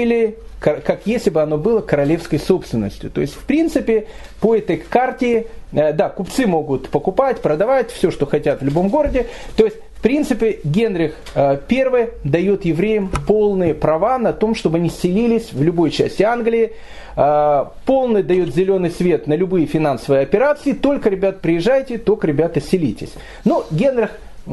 оно было королевской собственностью. То есть, в принципе, по этой карте, да, купцы могут покупать, продавать все, что хотят в любом городе. То есть, в принципе, Генрих I дает евреям полные права на том, чтобы они селились в любой части Англии, полный дает зеленый свет на любые финансовые операции, только, ребят, приезжайте, только, ребята, селитесь. Ну, Генрих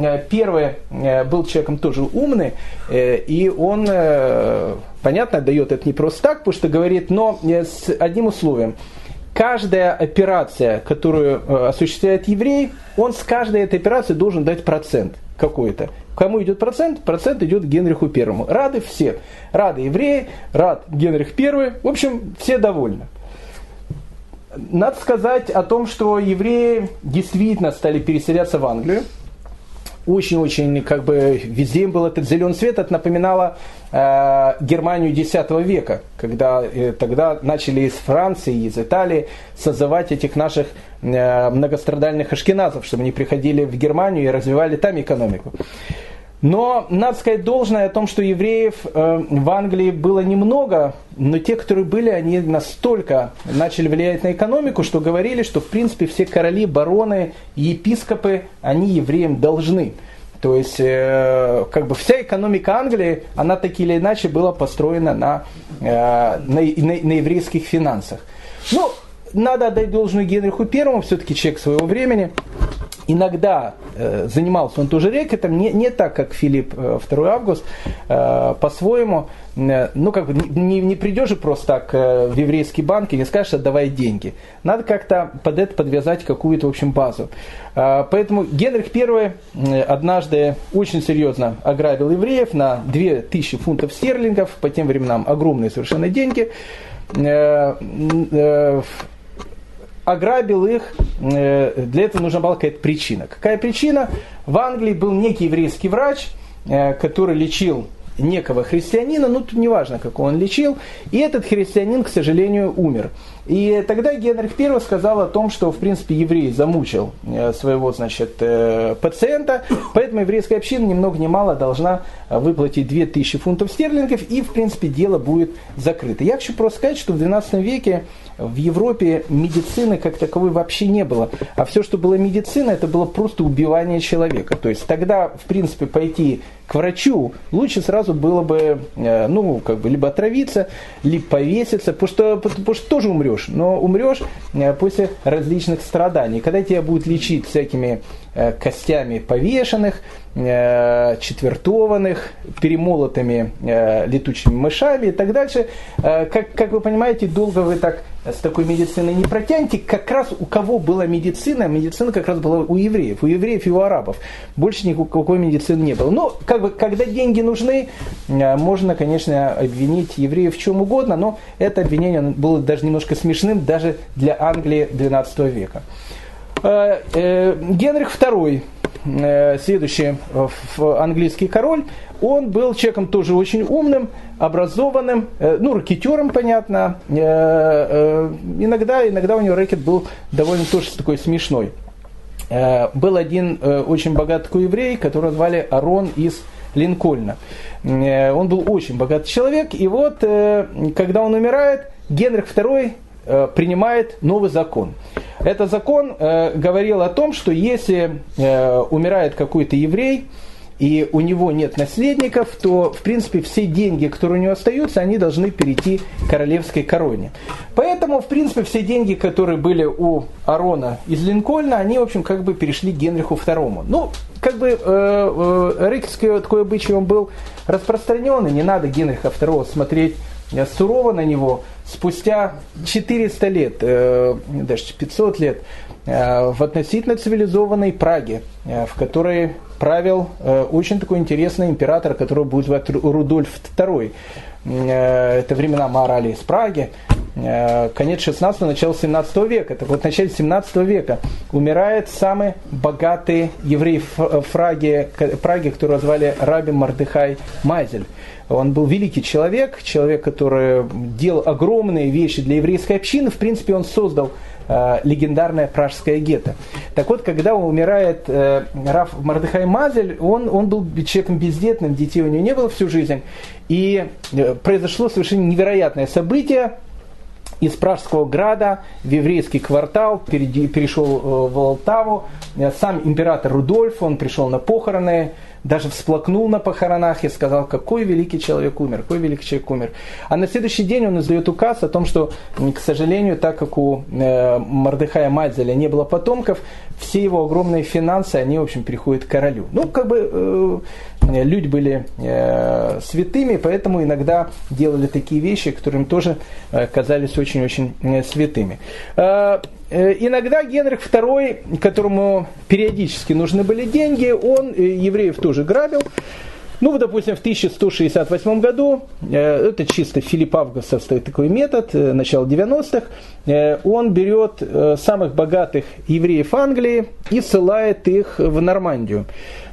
I был человеком тоже умный, и он, понятно, дает это не просто так, потому что говорит, но с одним условием. Каждая операция, которую осуществляет еврей, он с каждой этой операции должен дать процент какой-то. Кому идет процент? Процент идет Генриху I. Рады все. Рады евреи, рад Генрих I. В общем, все довольны. Надо сказать о том, что евреи действительно стали переселяться в Англию. Очень-очень, как бы, везде был этот зеленый свет. Это напоминало Германию X века, когда тогда начали из Франции, из Италии созывать этих наших многострадальных ашкеназов, чтобы они приходили в Германию и развивали там экономику. Но надо сказать должное о том, что евреев в Англии было немного, но те, которые были, они настолько начали влиять на экономику, что говорили, что в принципе все короли, бароны, епископы, они евреям должны. То есть, как бы вся экономика Англии, она так или иначе была построена на еврейских финансах. Ну, надо отдать должное Генриху I, все-таки человек своего времени. Иногда занимался он тоже рэкетом, не так, как Филипп II Август, по-своему. Ну, как бы не придешь же просто так в еврейский банк и не скажешь, отдавай деньги. Надо как-то под это подвязать какую-то, в общем, базу. Поэтому Генрих I однажды очень серьезно ограбил евреев на 2000 фунтов стерлингов, по тем временам огромные совершенно деньги. Ограбил их, для этого нужна была какая-то причина. Какая причина? В Англии был некий еврейский врач, который лечил некого христианина, ну тут неважно, какого он лечил, и этот христианин, к сожалению, умер. И тогда Генрих I сказал о том, что, в принципе, еврей замучил своего, значит, пациента, поэтому еврейская община ни много ни мало должна выплатить 2000 фунтов стерлингов, и, в принципе, дело будет закрыто. Я хочу просто сказать, что в XII веке в Европе медицины как таковой вообще не было. А все, что было медицина, это было просто убивание человека. То есть тогда, в принципе, пойти к врачу лучше сразу было бы, ну, как бы, либо отравиться, либо повеситься, потому что тоже умрешь, но умрешь после различных страданий. Когда тебя будут лечить всякими костями повешенных, четвертованных, перемолотыми летучими мышами и так дальше, как вы понимаете, долго вы так с такой медициной не протянете. Как раз у кого была медицина как раз была у евреев и у арабов. Больше никакой медицины не было. Но как бы, когда деньги нужны, можно, конечно, обвинить евреев в чем угодно, но это обвинение было даже немножко смешным даже для Англии XII века. Генрих II, следующий английский король, он был человеком тоже очень умным, образованным, ну, рэкетёром, понятно. Иногда у него рэкет был довольно тоже такой смешной. Был один очень богатый такой еврей, которого звали Арон из Линкольна. Он был очень богатый человек, и вот, когда он умирает, Генрих II принимает новый закон. Этот закон говорил о том, что если умирает какой-то еврей, и у него нет наследников, то, в принципе, все деньги, которые у него остаются, они должны перейти к королевской короне. Поэтому, в принципе, все деньги, которые были у Арона из Линкольна, они, в общем, как бы перешли к Генриху II. Ну, как бы рыцарский такой обычай, он был распространен, и не надо Генриха II смотреть сурово на него. Спустя 400 лет, даже 500 лет, в относительно цивилизованной Праге, в которой правил очень такой интересный император, которого будет звать Рудольф II. Это времена мы орали из Праги. Конец 16-го, начало 17 века. Так вот, в начале 17 века умирает самый богатый еврей в Праге, которого звали Раби Мордехай Мазель. Он был великий человек, который делал огромные вещи для еврейской общины. В принципе, он создал легендарное пражское гетто. Так вот, когда умирает Рав Мордехай Мазель, он был человеком бездетным, детей у него не было всю жизнь. И произошло совершенно невероятное событие. Из Пражского града в еврейский квартал перешел в Полтаву. Сам император Рудольф, он пришел на похороны, даже всплакнул на похоронах и сказал, какой великий человек умер, какой великий человек умер. А на следующий день он издает указ о том, что, к сожалению, так как у Мордехая Мазеля не было потомков, все его огромные финансы, они, в общем, переходят к королю. Ну, как бы люди были святыми, поэтому иногда делали такие вещи, которые им тоже казались очень-очень святыми. Иногда Генрих II, которому периодически нужны были деньги, он евреев тоже грабил. Ну, допустим, в 1168 году, это чисто филиппавговский такой метод, начало 90-х, он берет самых богатых евреев Англии и ссылает их в Нормандию.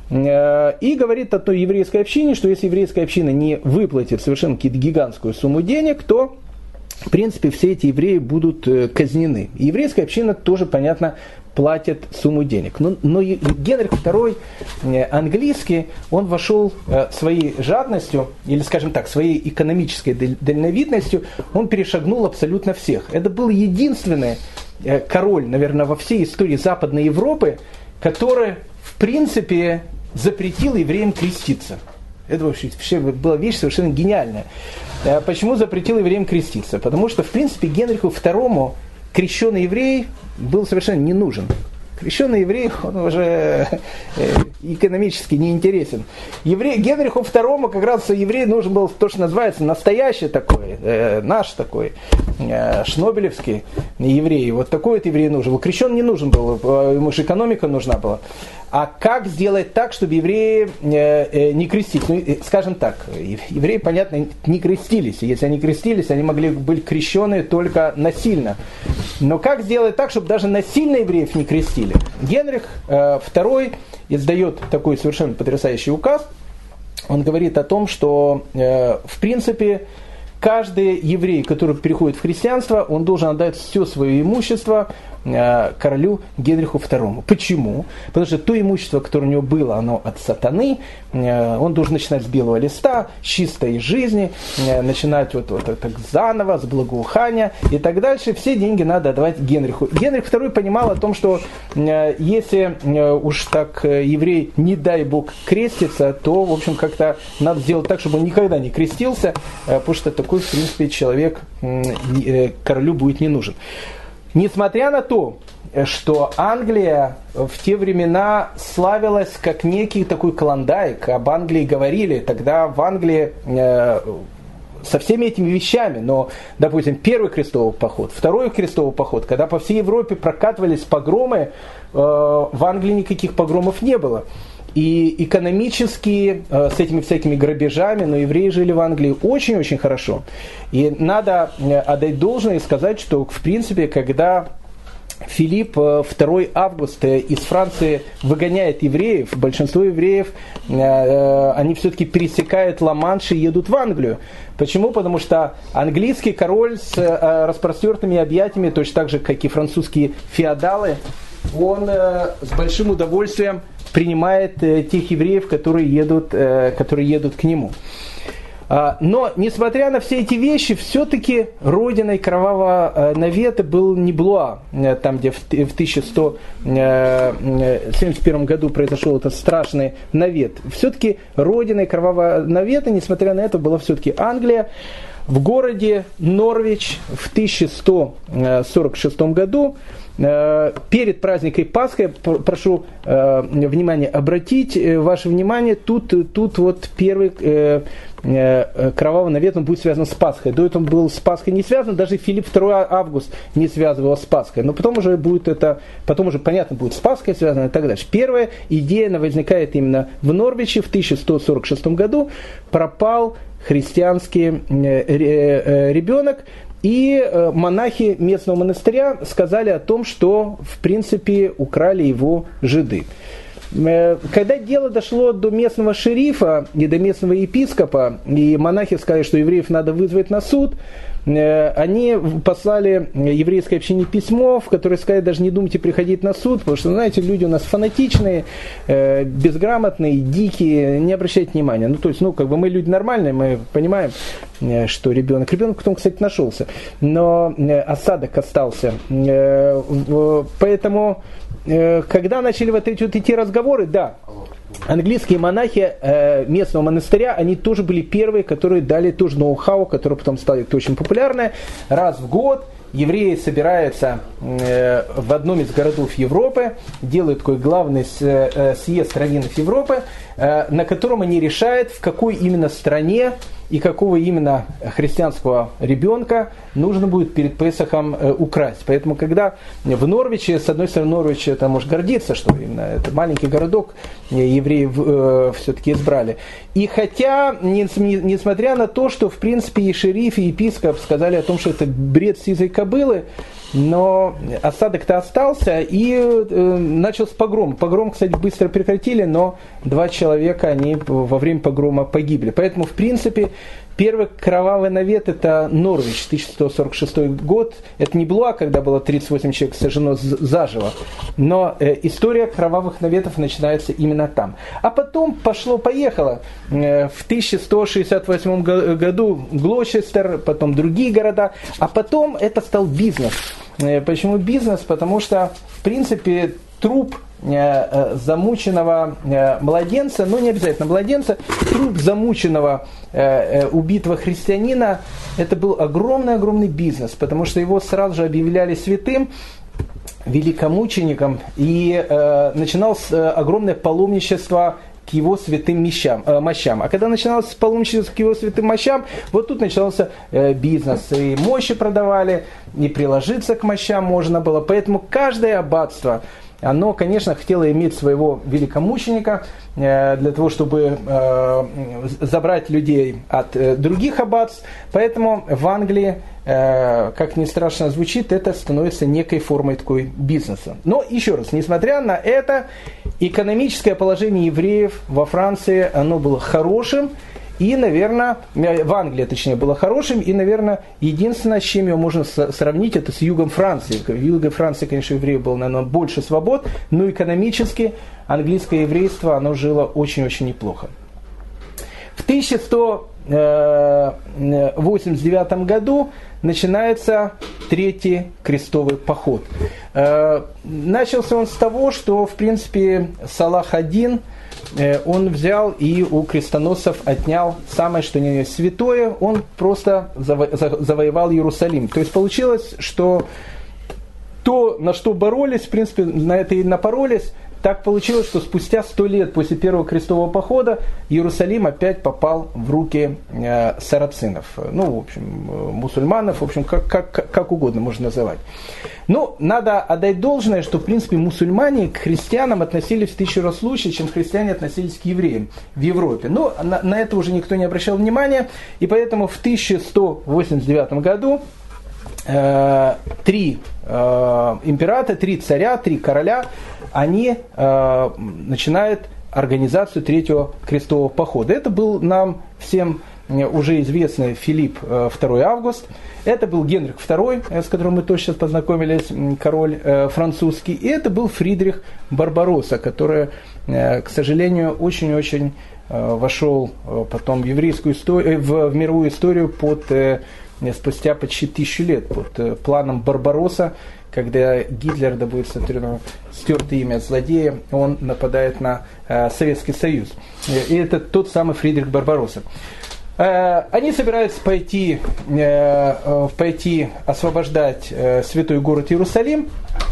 И говорит о той еврейской общине, что если еврейская община не выплатит совершенно какую-то гигантскую сумму денег, то в принципе, все эти евреи будут казнены. И еврейская община тоже, понятно, платит сумму денег. Но Генрих II английский, он вошел своей жадностью, или, скажем так, своей экономической дальновидностью, он перешагнул абсолютно всех. Это был единственный король, наверное, во всей истории Западной Европы, который, в принципе, запретил евреям креститься. Это вообще была вещь совершенно гениальная. Почему запретил евреям креститься? Потому что, в принципе, Генриху II крещеный еврей был совершенно не нужен. Крещеный еврей, он уже экономически неинтересен. Генриху II как раз еврей нужен был то, что называется настоящий такой, наш такой, шнобелевский еврей. Вот такой вот еврей нужен был. Крещеный не нужен был, ему же экономика нужна была. А как сделать так, чтобы евреи не крестились? Ну, скажем так, евреи, понятно, не крестились. Если они крестились, они могли быть крещены только насильно. Но как сделать так, чтобы даже насильно евреев не крестили? Генрих II издает такой совершенно потрясающий указ. Он говорит о том, что, в принципе, каждый еврей, который переходит в христианство, он должен отдать все свое имущество королю Генриху II. Почему? Потому что то имущество, которое у него было, оно от сатаны. Он должен начинать с белого листа, с чистой жизни, начинать вот так заново, с благоухания и так дальше. Все деньги надо отдавать Генриху. Генрих II понимал о том, что если уж так еврей, не дай бог, крестится, то, в общем, как-то надо сделать так, чтобы он никогда не крестился, потому что такой, в принципе, человек королю будет не нужен. Несмотря на то, что Англия в те времена славилась как некий такой клондайк, об Англии говорили, тогда в Англии со всеми этими вещами, но, допустим, первый крестовый поход, второй крестовый поход, когда по всей Европе прокатывались погромы, в Англии никаких погромов не было. И экономически с этими всякими грабежами, но евреи жили в Англии очень-очень хорошо. И надо отдать должное и сказать, что, в принципе, когда Филипп II Август из Франции выгоняет евреев, большинство евреев, они все-таки пересекают Ла-Манш и едут в Англию. Почему? Потому что английский король с распростертыми объятиями, точно так же, как и французские феодалы, он с большим удовольствием принимает тех евреев, которые едут к нему. Но, несмотря на все эти вещи, все-таки родиной кровавого навета был не Блуа, там, где в 1171 году произошел этот страшный навет. Все-таки родиной кровавого навета, несмотря на это, была все-таки Англия. В городе Норвич в 1146 году, перед праздником Пасхи, прошу внимание, обратить ваше внимание, тут вот первый кровавый навет, он будет связан с Пасхой. До этого он был с Пасхой не связан, даже Филипп II Август не связывал с Пасхой. Но потом уже понятно, будет с Пасхой связано и так дальше. Первая идея, она возникает именно в Норвиче в 1146 году. Пропал христианский ребенок, и монахи местного монастыря сказали о том, что в принципе украли его жиды. Когда дело дошло до местного шерифа и до местного епископа, и монахи сказали, что евреев надо вызвать на суд, они послали еврейской общине письмо, в которое сказали, даже не думайте приходить на суд, потому что, знаете, люди у нас фанатичные, безграмотные, дикие, не обращайте внимания. Ну, то есть, мы люди нормальные, мы понимаем, что ребенок потом, кстати, нашелся, но осадок остался. Поэтому, когда начали вот эти вот идти разговоры, да, английские монахи местного монастыря, они тоже были первые, которые дали тоже ноу-хау, которое потом стало очень популярное. Раз в год евреи собираются в одном из городов Европы, делают такой главный съезд раввинов Европы, на котором они решают, в какой именно стране и какого именно христианского ребенка нужно будет перед Песахом украсть. Поэтому, когда в Норвиче, с одной стороны, Норвич это может гордиться, что именно это маленький городок евреев все-таки избрали. И хотя, несмотря на то, что в принципе и шериф, и епископ сказали о том, что это бред сизой кобылы, но осадок-то остался, и начался погром. Погром, кстати, быстро прекратили, но 2 человека, они во время погрома погибли. Поэтому, в принципе, первый кровавый навет – это Норвич, 1146 год. Это не Блуа, когда было 38 человек сожжено заживо. Но история кровавых наветов начинается именно там. А потом пошло-поехало. В 1168 году Глочестер, потом другие города. А потом это стал бизнес. Почему бизнес? Потому что, в принципе, труп замученного младенца, не обязательно младенца, труп замученного убитого христианина, это был огромный бизнес, потому что его сразу же объявляли святым, великомучеником, и начиналось огромное паломничество к его святым мощам. А когда начиналось паломничество к его святым мощам, вот тут начался бизнес. И мощи продавали, и приложиться к мощам можно было. Поэтому каждое аббатство, оно, конечно, хотело иметь своего великомученика для того, чтобы забрать людей от других аббатств. Поэтому в Англии, как ни страшно звучит, это становится некой формой такой бизнеса. Но еще раз, несмотря на это, экономическое положение евреев во Франции, оно было хорошим. И, наверное, в Англии, точнее, было хорошим. И, наверное, единственное, с чем его можно сравнить, это с югом Франции. В юге Франции, конечно, у евреев было, наверное, больше свобод. Но экономически английское еврейство, оно жило очень-очень неплохо. В 1189 году начинается Третий крестовый поход. Начался он с того, что, в принципе, Салах I, он взял и у крестоносцев отнял самое, что не святое, он просто завоевал Иерусалим. То есть получилось, что то, на что боролись, в принципе, на это и напоролись. Так получилось, что спустя 100 лет после первого крестового похода Иерусалим опять попал в руки сарацинов. В общем, мусульманов, в общем, как угодно можно называть. Надо отдать должное, что, в принципе, мусульмане к христианам относились в 1000 раз лучше, чем христиане относились к евреям в Европе. Но на это уже никто не обращал внимания, и поэтому в 1189 году 3 императора, 3 царя, 3 короля, они начинают организацию Третьего крестового похода. Это был нам всем уже известный Филипп II Август. Это был Генрих II, с которым мы тоже сейчас познакомились, король французский. И это был Фридрих Барбаросса, который, к сожалению, очень-очень вошел потом в еврейскую историю, в мировую историю спустя почти 1000 лет под планом Барбаросса, когда Гитлер, да будет стерто имя злодея, он нападает на Советский Союз. И это тот самый Фридрих Барбаросса. Они собираются пойти освобождать святой город Иерусалим.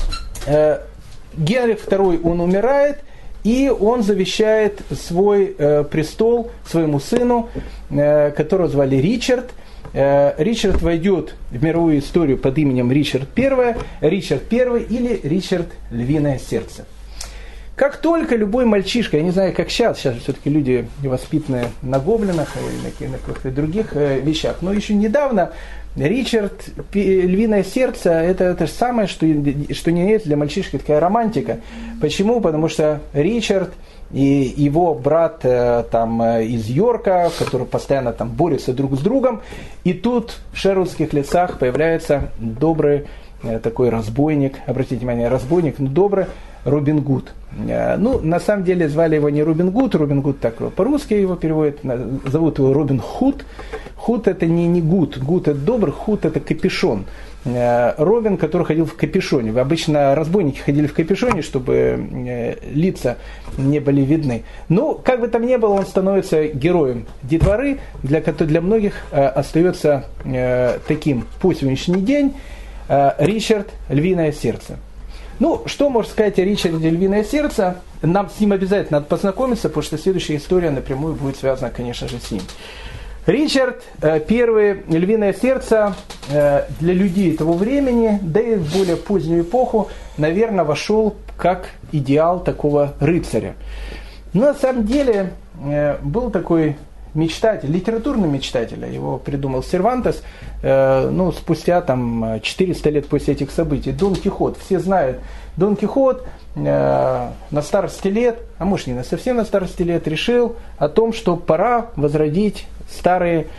Генрих II, он умирает, и он завещает свой престол своему сыну, которого звали Ричард. Ричард войдет в мировую историю под именем Ричард I или Ричард Львиное Сердце. Как только любой мальчишка, я не знаю, как сейчас все-таки люди воспитанные на гоблинах или на каких-то других вещах, но еще недавно Ричард Львиное Сердце это же самое, что не есть для мальчишки такая романтика. Почему? Потому что Ричард и его брат из Йорка, которые постоянно борются друг с другом, и тут в шервудских лесах появляется добрый такой разбойник, обратите внимание, разбойник, но добрый, Робин Гуд. На самом деле звали его не Робин Гуд так по-русски его переводят, зовут его Робин Худ. Худ это не Гуд, Гуд это добрый, Худ это капюшон. Робин, который ходил в капюшоне. Обычно разбойники ходили в капюшоне, чтобы лица не были видны. Как бы там ни было, он становится героем детворы, для многих остается таким по сегодняшний день Ричард Львиное Сердце. Что можно сказать о Ричарде Львиное Сердце? Нам с ним обязательно надо познакомиться, потому что следующая история напрямую будет связана, конечно же, с ним. Ричард I, Львиное Сердце, для людей того времени, да и в более позднюю эпоху, наверное, вошел как идеал такого рыцаря. Но на самом деле был такой мечтатель, литературный мечтатель, его придумал Сервантес, спустя 400 лет после этих событий. Дон Кихот, все знают, Дон Кихот на старости лет, а может не совсем на старости лет, решил о том, что пора возродить старые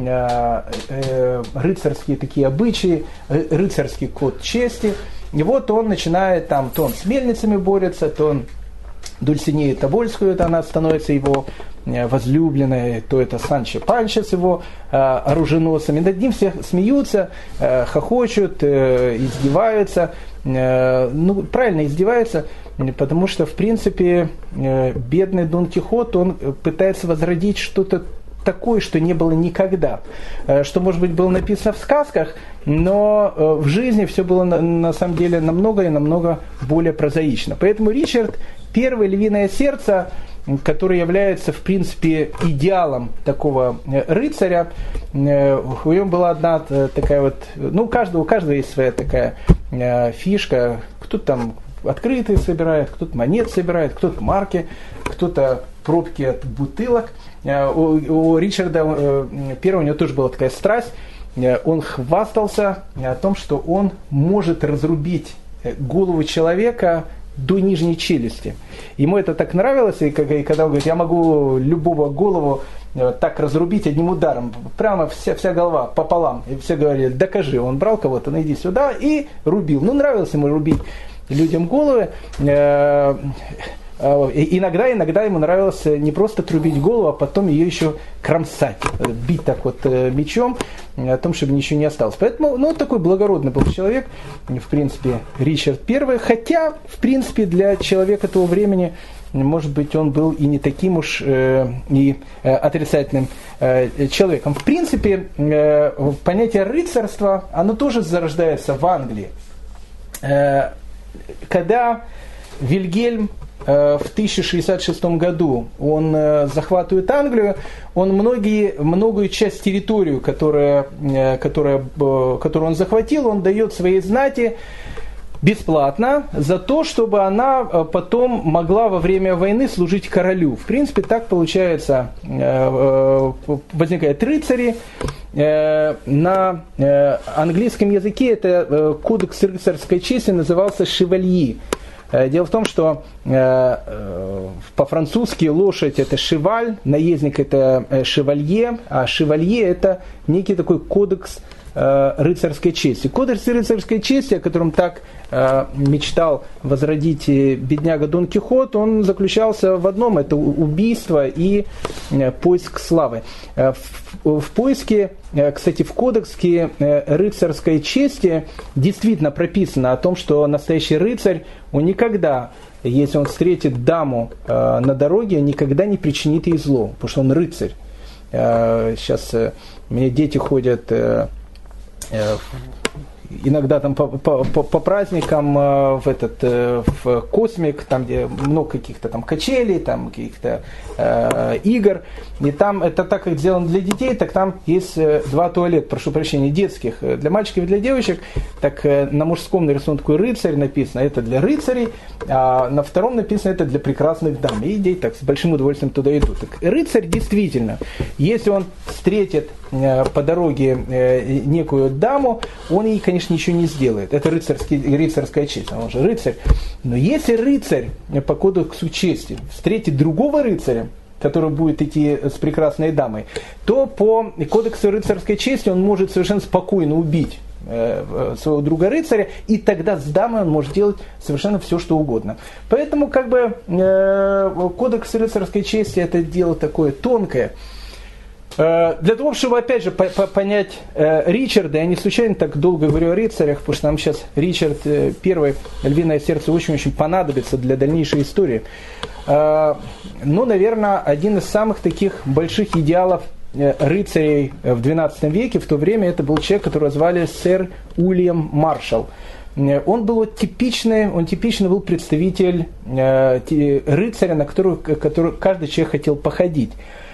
рыцарские такие обычаи, рыцарский код чести. И вот он начинает то он с мельницами борется, то он Дульсинею Тобольскую, она становится его возлюбленной, то это Санчо Панчо с его оруженосцами. Над ним все смеются, хохочут, издеваются. Правильно издеваются, потому что, в принципе, бедный Дон Кихот, он пытается возродить что-то такое, что не было никогда. Что, может быть, было написано в сказках, но в жизни все было на самом деле намного и намного более прозаично. Поэтому Ричард I, Львиное Сердце, который является, в принципе, идеалом такого рыцаря, у него была одна такая у каждого есть своя такая фишка. Кто-то там открытые собирает, кто-то монет собирает, кто-то марки, кто-то пробки от бутылок. У Ричарда I у него тоже была такая страсть. Он хвастался о том, что он может разрубить голову человека до нижней челюсти. Ему это так нравилось, и когда он говорит, я могу любого голову так разрубить одним ударом, прямо вся голова пополам. И все говорили, докажи. Он брал кого-то, иди сюда, и рубил. Нравилось ему рубить людям головы. Иногда ему нравилось не просто трубить голову, а потом ее еще кромсать, бить так мечом, о том, чтобы ничего не осталось. Поэтому, такой благородный был человек, в принципе, Ричард I, хотя, в принципе, для человека того времени, может быть, он был и не таким уж и отрицательным человеком. В принципе, понятие рыцарства, оно тоже зарождается в Англии. Когда Вильгельм в 1066 году он захватывает Англию, он многую часть территории, которую он захватил, он дает своей знати бесплатно за то, чтобы она потом могла во время войны служить королю. В принципе, так получается, возникают рыцари. На английском языке это кодекс рыцарской чести назывался «шевальи». Дело в том, что по-французски лошадь это шеваль, наездник это шевалье, а шевалье это некий такой кодекс рыцарской чести. Кодекс рыцарской чести, о котором так мечтал возродить бедняга Дон Кихот, он заключался в одном: это убийство и поиск славы. В поиске, кстати, в кодексе рыцарской чести действительно прописано о том, что настоящий рыцарь, он никогда, если он встретит даму на дороге, никогда не причинит ей зло, потому что он рыцарь. Сейчас у меня дети ходят иногда там по праздникам в Космик, там где много каких-то там качелей, там каких-то игр, и там это так как сделано для детей, так там есть два туалета, прошу прощения, детских, для мальчиков и для девочек. Так на мужском нарисован такой рыцарь, написано это для рыцарей, а на втором написано это для прекрасных дам, и дети так с большим удовольствием туда идут. Так, рыцарь действительно, если он встретит по дороге некую даму, он ей, конечно, ничего не сделает. Это рыцарская честь, он же рыцарь. Но если рыцарь по кодексу чести встретит другого рыцаря, который будет идти с прекрасной дамой, то по кодексу рыцарской чести он может совершенно спокойно убить своего друга рыцаря, и тогда с дамой он может делать совершенно все, что угодно. Поэтому кодекс рыцарской чести это дело такое тонкое. Для того, чтобы, опять же, понять Ричарда, я не случайно так долго говорю о рыцарях, потому что нам сейчас Ричард I, «Львиное сердце», очень-очень понадобится для дальнейшей истории. Наверное, один из самых таких больших идеалов рыцарей в XII веке, в то время это был человек, которого звали сэр Уильям Маршалл. Он был типичный был представитель рыцаря, на которого каждый человек хотел походить.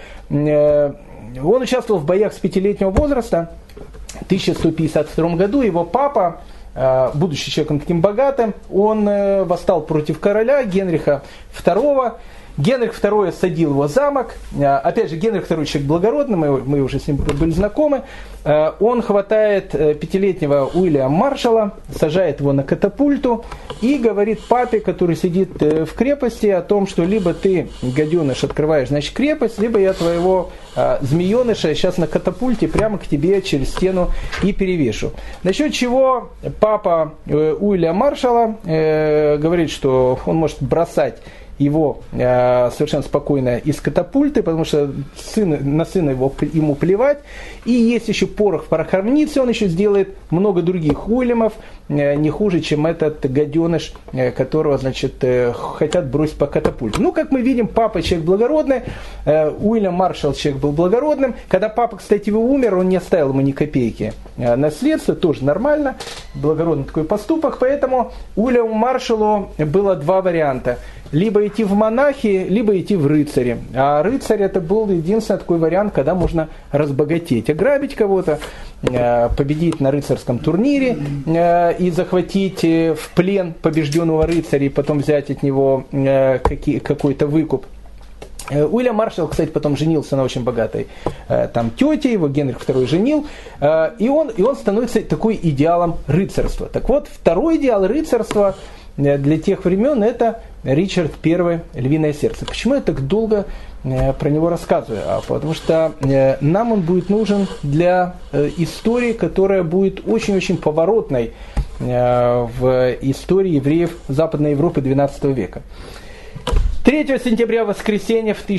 Он участвовал в боях с 5-летнего возраста. В 1152 году его папа, будучи человеком таким богатым, он восстал против короля Генриха II. Генрих II осадил его замок. Опять же, Генрих II человек благородный, мы уже с ним были знакомы. Он хватает 5-летнего Уильяма Маршалла, сажает его на катапульту и говорит папе, который сидит в крепости, о том, что либо ты, гаденыш, открываешь, значит, крепость, либо я твоего змееныша сейчас на катапульте прямо к тебе через стену и перевешу. Насчет чего папа Уильяма Маршалла говорит, что он может бросать его совершенно спокойно из катапульты, потому что на сына ему плевать. И есть еще порох в пороховнице, он еще сделает много других Уильямов, не хуже, чем этот гаденыш, которого, значит, хотят бросить по катапульте. Как мы видим, папа человек благородный, Уильям Маршалл человек был благородным. Когда папа, кстати, его умер, он не оставил ему ни копейки наследства, тоже нормально, благородный такой поступок. Поэтому Уильяму Маршаллу было два варианта: либо идти в монахи, либо идти в рыцари. А рыцарь это был единственный такой вариант, когда можно разбогатеть, ограбить кого-то, победить на рыцарском турнире и захватить в плен побежденного рыцаря и потом взять от него какой-то выкуп. Уильям Маршалл, кстати, потом женился на очень богатой там тете, его Генрих II женил, и он становится такой идеалом рыцарства. Так вот, второй идеал рыцарства для тех времен это Ричард I, «Львиное сердце». Почему я так долго про него рассказываю? Потому что нам он будет нужен для истории, которая будет очень-очень поворотной в истории евреев Западной Европы XII века. 3 сентября, воскресенье, в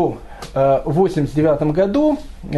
1189 году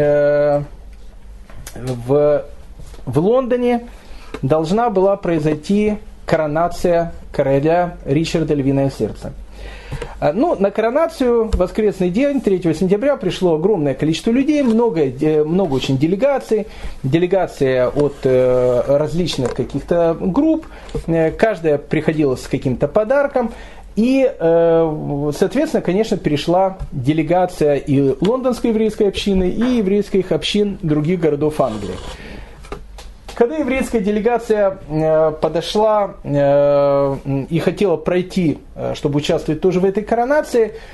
в Лондоне должна была произойти коронация короля Ричарда «Львиное сердце». На коронацию в воскресный день, 3 сентября, пришло огромное количество людей, много очень делегаций, делегация от различных каких-то групп, каждая приходила с каким-то подарком. И, соответственно, конечно, перешла делегация и лондонской еврейской общины, и еврейских общин других городов Англии. Когда еврейская делегация подошла и хотела пройти, чтобы участвовать тоже в этой коронации,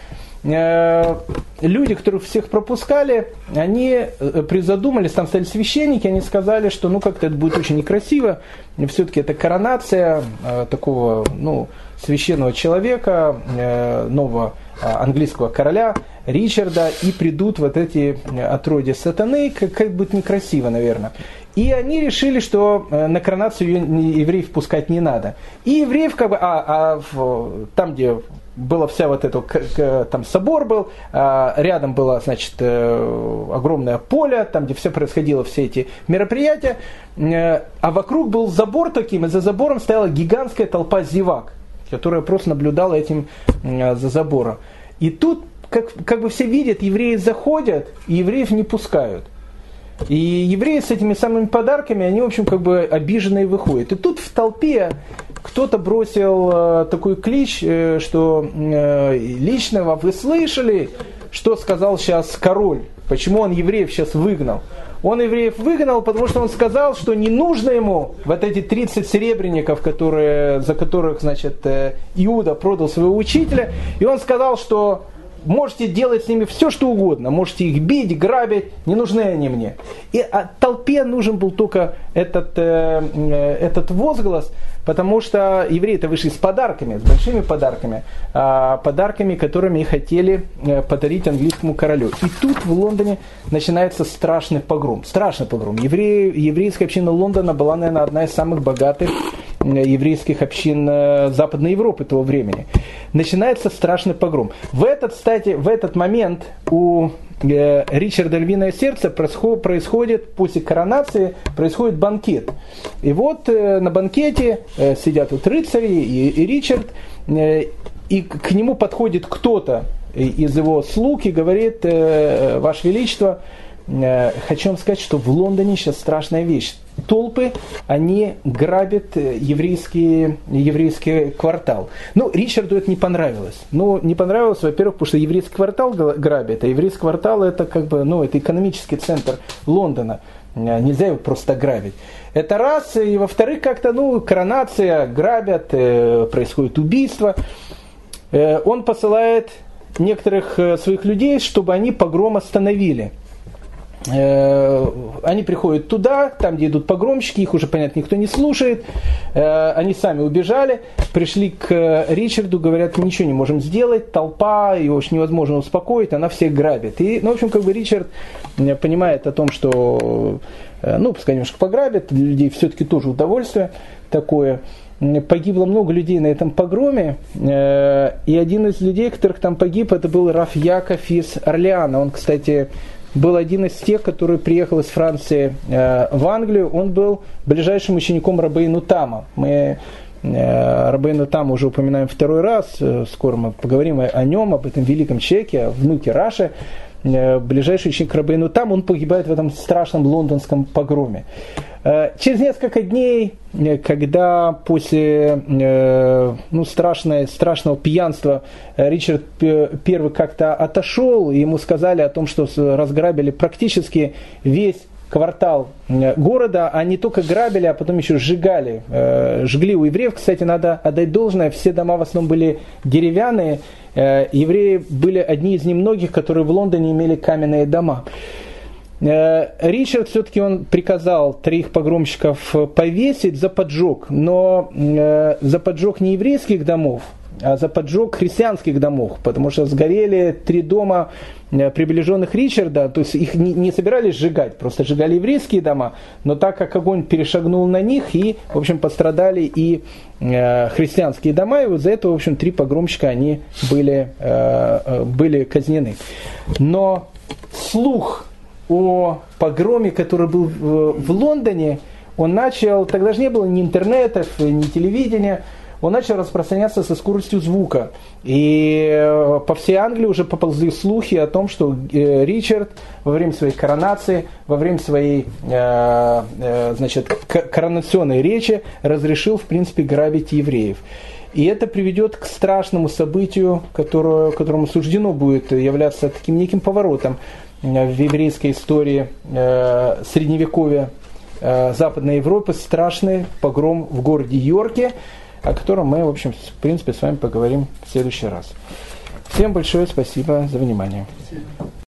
люди, которых всех пропускали, они призадумались, там стояли священники, они сказали, что ну как-то это будет очень некрасиво, все-таки это коронация такого, ну, священного человека, нового английского короля Ричарда, и придут вот эти отродья сатаны, как будет некрасиво, наверное. И они решили, что на коронацию евреев пускать не надо. И евреев как бы, там, где была вся вот эта, там собор был, рядом было, значит, огромное поле, там, где все происходило, все эти мероприятия, а вокруг был забор таким, и за забором стояла гигантская толпа зевак, которая просто наблюдала этим за забором. И тут, как бы все видят, евреи заходят, и евреев не пускают. И евреи с этими самыми подарками, они, в общем, как бы обиженные выходят. И тут в толпе кто-то бросил такой клич, что лично вы слышали, что сказал сейчас король, почему он евреев сейчас выгнал. Он евреев выгнал, потому что он сказал, что не нужно ему вот эти 30 серебряников, за которых, значит, Иуда продал своего учителя. И он сказал, что можете делать с ними все, что угодно. Можете их бить, грабить, не нужны они мне. И толпе нужен был только этот возглас, потому что евреи-то вышли с подарками, с большими подарками, подарками, которыми и хотели подарить английскому королю. И тут в Лондоне начинается страшный погром. Страшный погром. Еврейская община Лондона была, наверное, одна из самых богатых еврейских общин Западной Европы того времени. Начинается страшный погром. В этот момент у Ричарда Львиное Сердце происходит, после коронации, происходит банкет. И вот на банкете сидят вот рыцари и Ричард, и к нему подходит кто-то из его слуг и говорит: «Ваше Величество, хочу вам сказать, что в Лондоне сейчас страшная вещь. Толпы, они грабят еврейский квартал». Ну, Ричарду это не понравилось. Ну, не понравилось, во-первых, потому что еврейский квартал грабят, а еврейский квартал это как бы, ну, это экономический центр Лондона. Нельзя его просто грабить. Это раз. И во-вторых, как-то, ну, коронация, грабят, происходит убийство. Он посылает некоторых своих людей, чтобы они погром остановили. Они приходят туда, там, где идут погромщики, их уже, понятно, никто не слушает. Они сами убежали, пришли к Ричарду, говорят: ничего не можем сделать, толпа, его уж невозможно успокоить, она всех грабит. И, ну, в общем, как бы Ричард понимает о том, что, ну, пускай немножко пограбят, для людей все-таки тоже удовольствие такое. Погибло много людей на этом погроме, и один из людей, которых там погиб, это был Раф Яков из Орлеана. Он, кстати, был один из тех, который приехал из Франции в Англию. Он был ближайшим учеником Рабейну Тама. Мы Рабейну Тама уже упоминаем второй раз. Скоро мы поговорим о нем, об этом великом человеке, о внуке Раши. Ближайший ученик Рабейну Там, он погибает в этом страшном лондонском погроме. Через несколько дней, когда после страшного пьянства Ричард I как-то отошел, ему сказали о том, что разграбили практически весь квартал города, а не только грабили, а потом еще сжигали. Жгли у евреев, кстати, надо отдать должное, все дома в основном были деревянные. Евреи были одни из немногих, которые в Лондоне имели каменные дома. Ричард все-таки он приказал 3 погромщиков повесить за поджог, но за поджог не еврейских домов, а за поджог христианских домов, потому что сгорели 3 дома приближенных Ричарда, то есть их не собирались сжигать, просто сжигали еврейские дома, но так как огонь перешагнул на них, и, в общем, пострадали и христианские дома, и вот за это, в общем, 3 погромщика, они были казнены. Но слух о погроме, который был в Лондоне, он начал, тогда же не было ни интернетов, ни телевидения, он начал распространяться со скоростью звука. И по всей Англии уже поползли слухи о том, что Ричард во время своей коронации, во время своей коронационной речи разрешил, в принципе, грабить евреев. И это приведет к страшному событию, которому суждено будет являться таким неким поворотом в еврейской истории Средневековья Западной Европы. Страшный погром в городе Йорке, о котором мы, в общем, в принципе, с вами поговорим в следующий раз. Всем большое спасибо за внимание.